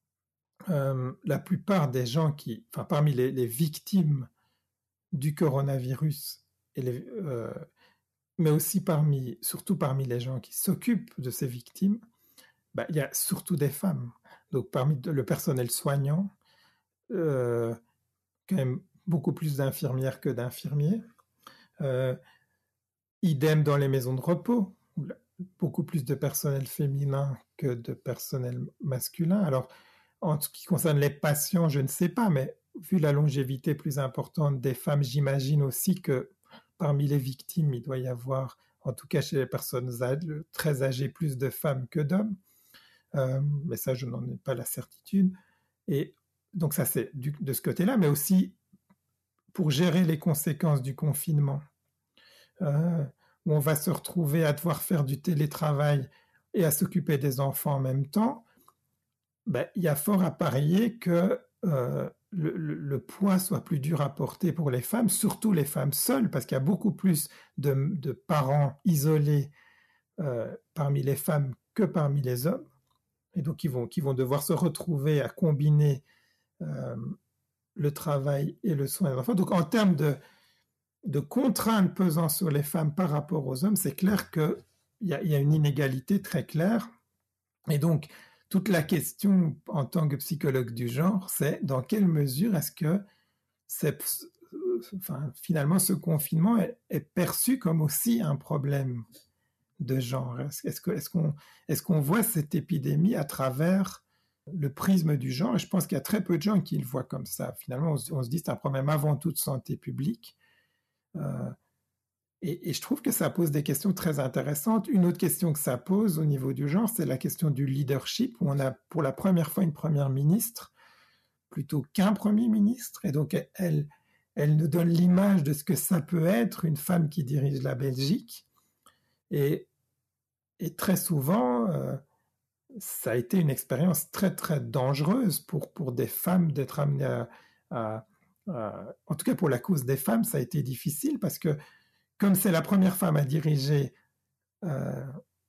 euh, la plupart des gens qui, enfin, parmi les, les victimes du coronavirus, et les, euh, mais aussi parmi, surtout parmi les gens qui s'occupent de ces victimes, bah, il y a surtout des femmes. Donc, parmi le personnel soignant, euh, quand même beaucoup plus d'infirmières que d'infirmiers. Euh, idem dans les maisons de repos, beaucoup plus de personnel féminin que de personnel masculin. Alors, en ce qui concerne les patients, je ne sais pas, mais vu la longévité plus importante des femmes, j'imagine aussi que parmi les victimes, il doit y avoir, en tout cas chez les personnes âgées, très âgées, plus de femmes que d'hommes. Euh, mais ça, je n'en ai pas la certitude. Et donc ça, c'est du, de ce côté-là, mais aussi pour gérer les conséquences du confinement, euh, où on va se retrouver à devoir faire du télétravail et à s'occuper des enfants en même temps, ben, il y a fort à parier que euh, le, le, le poids soit plus dur à porter pour les femmes, surtout les femmes seules, parce qu'il y a beaucoup plus de, de parents isolés euh, parmi les femmes que parmi les hommes, et donc qui vont, qui vont devoir se retrouver à combiner euh, le travail et le soin des enfants. Donc en termes de, de contraintes pesant sur les femmes par rapport aux hommes, c'est clair qu'il y a, y a une inégalité très claire. Et donc, toute la question en tant que psychologue du genre, c'est dans quelle mesure est-ce que c'est, enfin, finalement ce confinement est, est perçu comme aussi un problème de genre. Est-ce, que, est-ce, qu'on, est-ce qu'on voit cette épidémie à travers le prisme du genre? Et je pense qu'il y a très peu de gens qui le voient comme ça. Finalement, on, on se dit que c'est un problème avant tout de santé publique. Euh, et, et je trouve que ça pose des questions très intéressantes. Une autre question que ça pose au niveau du genre, c'est la question du leadership, où on a pour la première fois une première ministre plutôt qu'un premier ministre. Et donc, elle, elle nous donne l'image de ce que ça peut être une femme qui dirige la Belgique. Et, et très souvent, euh, ça a été une expérience très, très dangereuse pour, pour des femmes d'être amenées à, à, à... En tout cas, pour la cause des femmes, ça a été difficile parce que, comme c'est la première femme à diriger euh,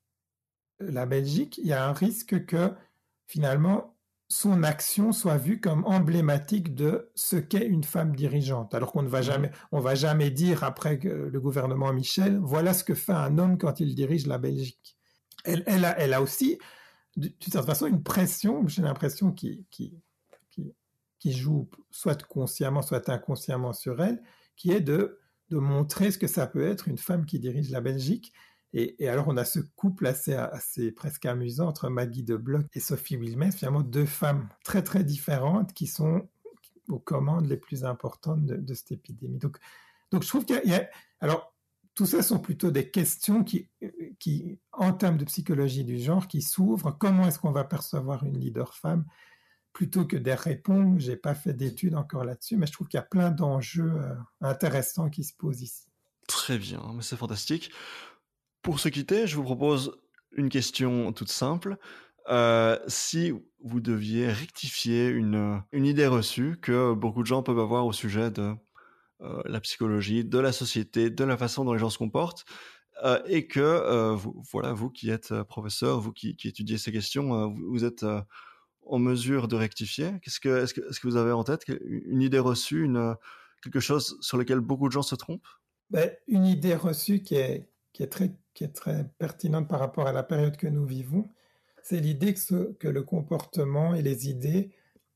la Belgique, il y a un risque que, finalement, son action soit vue comme emblématique de ce qu'est une femme dirigeante. Alors qu'on ne va jamais, on va jamais dire après que le gouvernement Michel, voilà ce que fait un homme quand il dirige la Belgique. Elle, elle, a, elle a aussi, d'une certaine façon, une pression, j'ai l'impression, qui, qui, qui, qui joue soit consciemment, soit inconsciemment sur elle, qui est de, de montrer ce que ça peut être une femme qui dirige la Belgique. Et, et alors, on a ce couple assez, assez presque amusant entre Maggie de Bloch et Sophie Wilmès, finalement deux femmes très, très différentes qui sont aux commandes les plus importantes de, de cette épidémie. Donc, donc, je trouve qu'il y a... Il y a alors, tout ça sont plutôt des questions qui, qui, en termes de psychologie du genre, qui s'ouvrent. Comment est-ce qu'on va percevoir une leader femme plutôt que des réponses? Je n'ai pas fait d'études encore là-dessus, mais je trouve qu'il y a plein d'enjeux euh, intéressants qui se posent ici. Très bien, mais c'est fantastique. Pour se quitter, je vous propose une question toute simple. Euh, si vous deviez rectifier une, une idée reçue que beaucoup de gens peuvent avoir au sujet de euh, la psychologie, de la société, de la façon dont les gens se comportent, euh, et que euh, vous, voilà, vous qui êtes professeur, vous qui, qui étudiez ces questions, euh, vous, vous êtes euh, en mesure de rectifier. Qu'est-ce que, est-ce que, est-ce que vous avez en tête une idée reçue, une, quelque chose sur lequel beaucoup de gens se trompent? Ben, une idée reçue qui est, qui est très qui est très pertinente par rapport à la période que nous vivons, c'est l'idée que, ce, que le comportement et les idées,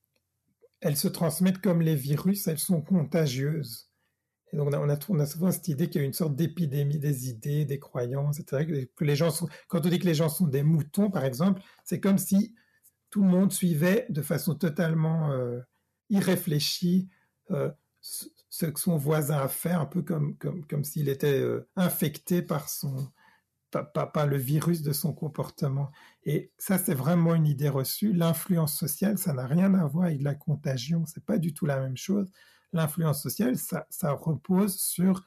elles se transmettent comme les virus, elles sont contagieuses. Et donc on a, on a, on a souvent cette idée qu'il y a une sorte d'épidémie des idées, des croyances, et cetera. Que les gens sont, quand on dit que les gens sont des moutons, par exemple, c'est comme si tout le monde suivait de façon totalement euh, irréfléchie euh, ce que son voisin a fait, un peu comme, comme, comme s'il était euh, infecté par son... Pas, pas, pas le virus de son comportement. Et ça, c'est vraiment une idée reçue. L'influence sociale, ça n'a rien à voir avec la contagion. C'est pas du tout la même chose. L'influence sociale, ça, ça repose sur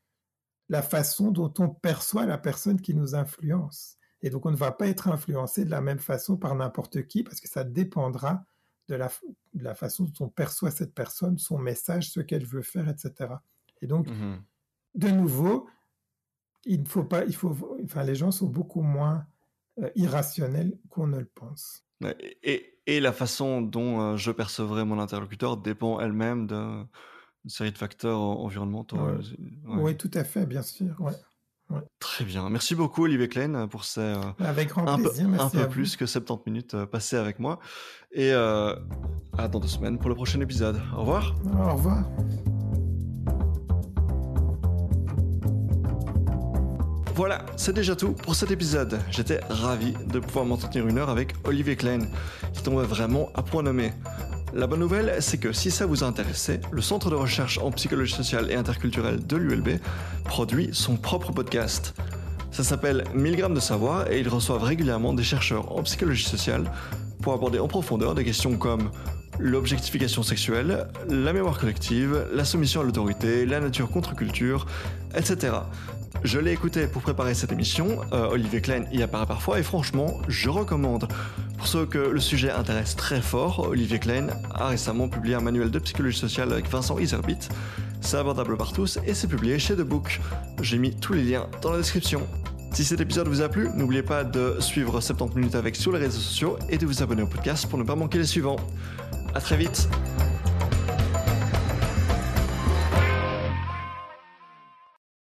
la façon dont on perçoit la personne qui nous influence. Et donc, on ne va pas être influencé de la même façon par n'importe qui, parce que ça dépendra de la, de la façon dont on perçoit cette personne, son message, ce qu'elle veut faire, et cetera. Et donc, mmh. de nouveau, il ne faut pas, il faut, enfin, les gens sont beaucoup moins euh, irrationnels qu'on ne le pense. Et, et la façon dont euh, je percevrai mon interlocuteur dépend elle-même d'une série de facteurs environnementaux. Ouais. Ouais. Oui, tout à fait, bien sûr. Ouais. Ouais. Très bien. Merci beaucoup, Olivier Klein, pour ces euh, avec grand un plaisir, peu, merci un peu à plus vous. que soixante-dix minutes euh, passées avec moi. Et euh, à dans deux semaines pour le prochain épisode. Au revoir. Au revoir. Voilà, c'est déjà tout pour cet épisode. J'étais ravi de pouvoir m'entretenir une heure avec Olivier Klein, qui tombait vraiment à point nommé. La bonne nouvelle, c'est que si ça vous a intéressé, le Centre de recherche en psychologie sociale et interculturelle de l'U L B produit son propre podcast. Ça s'appelle mille grammes de savoir et ils reçoivent régulièrement des chercheurs en psychologie sociale pour aborder en profondeur des questions comme l'objectification sexuelle, la mémoire collective, la soumission à l'autorité, la nature contre culture, et cetera. Je l'ai écouté pour préparer cette émission, euh, Olivier Klein y apparaît parfois et franchement, je recommande. Pour ceux que le sujet intéresse très fort, Olivier Klein a récemment publié un manuel de psychologie sociale avec Vincent Iserbyt. C'est abordable par tous et c'est publié chez The Book. J'ai mis tous les liens dans la description. Si cet épisode vous a plu, n'oubliez pas de suivre soixante-dix minutes avec sur les réseaux sociaux et de vous abonner au podcast pour ne pas manquer les suivants. À très vite.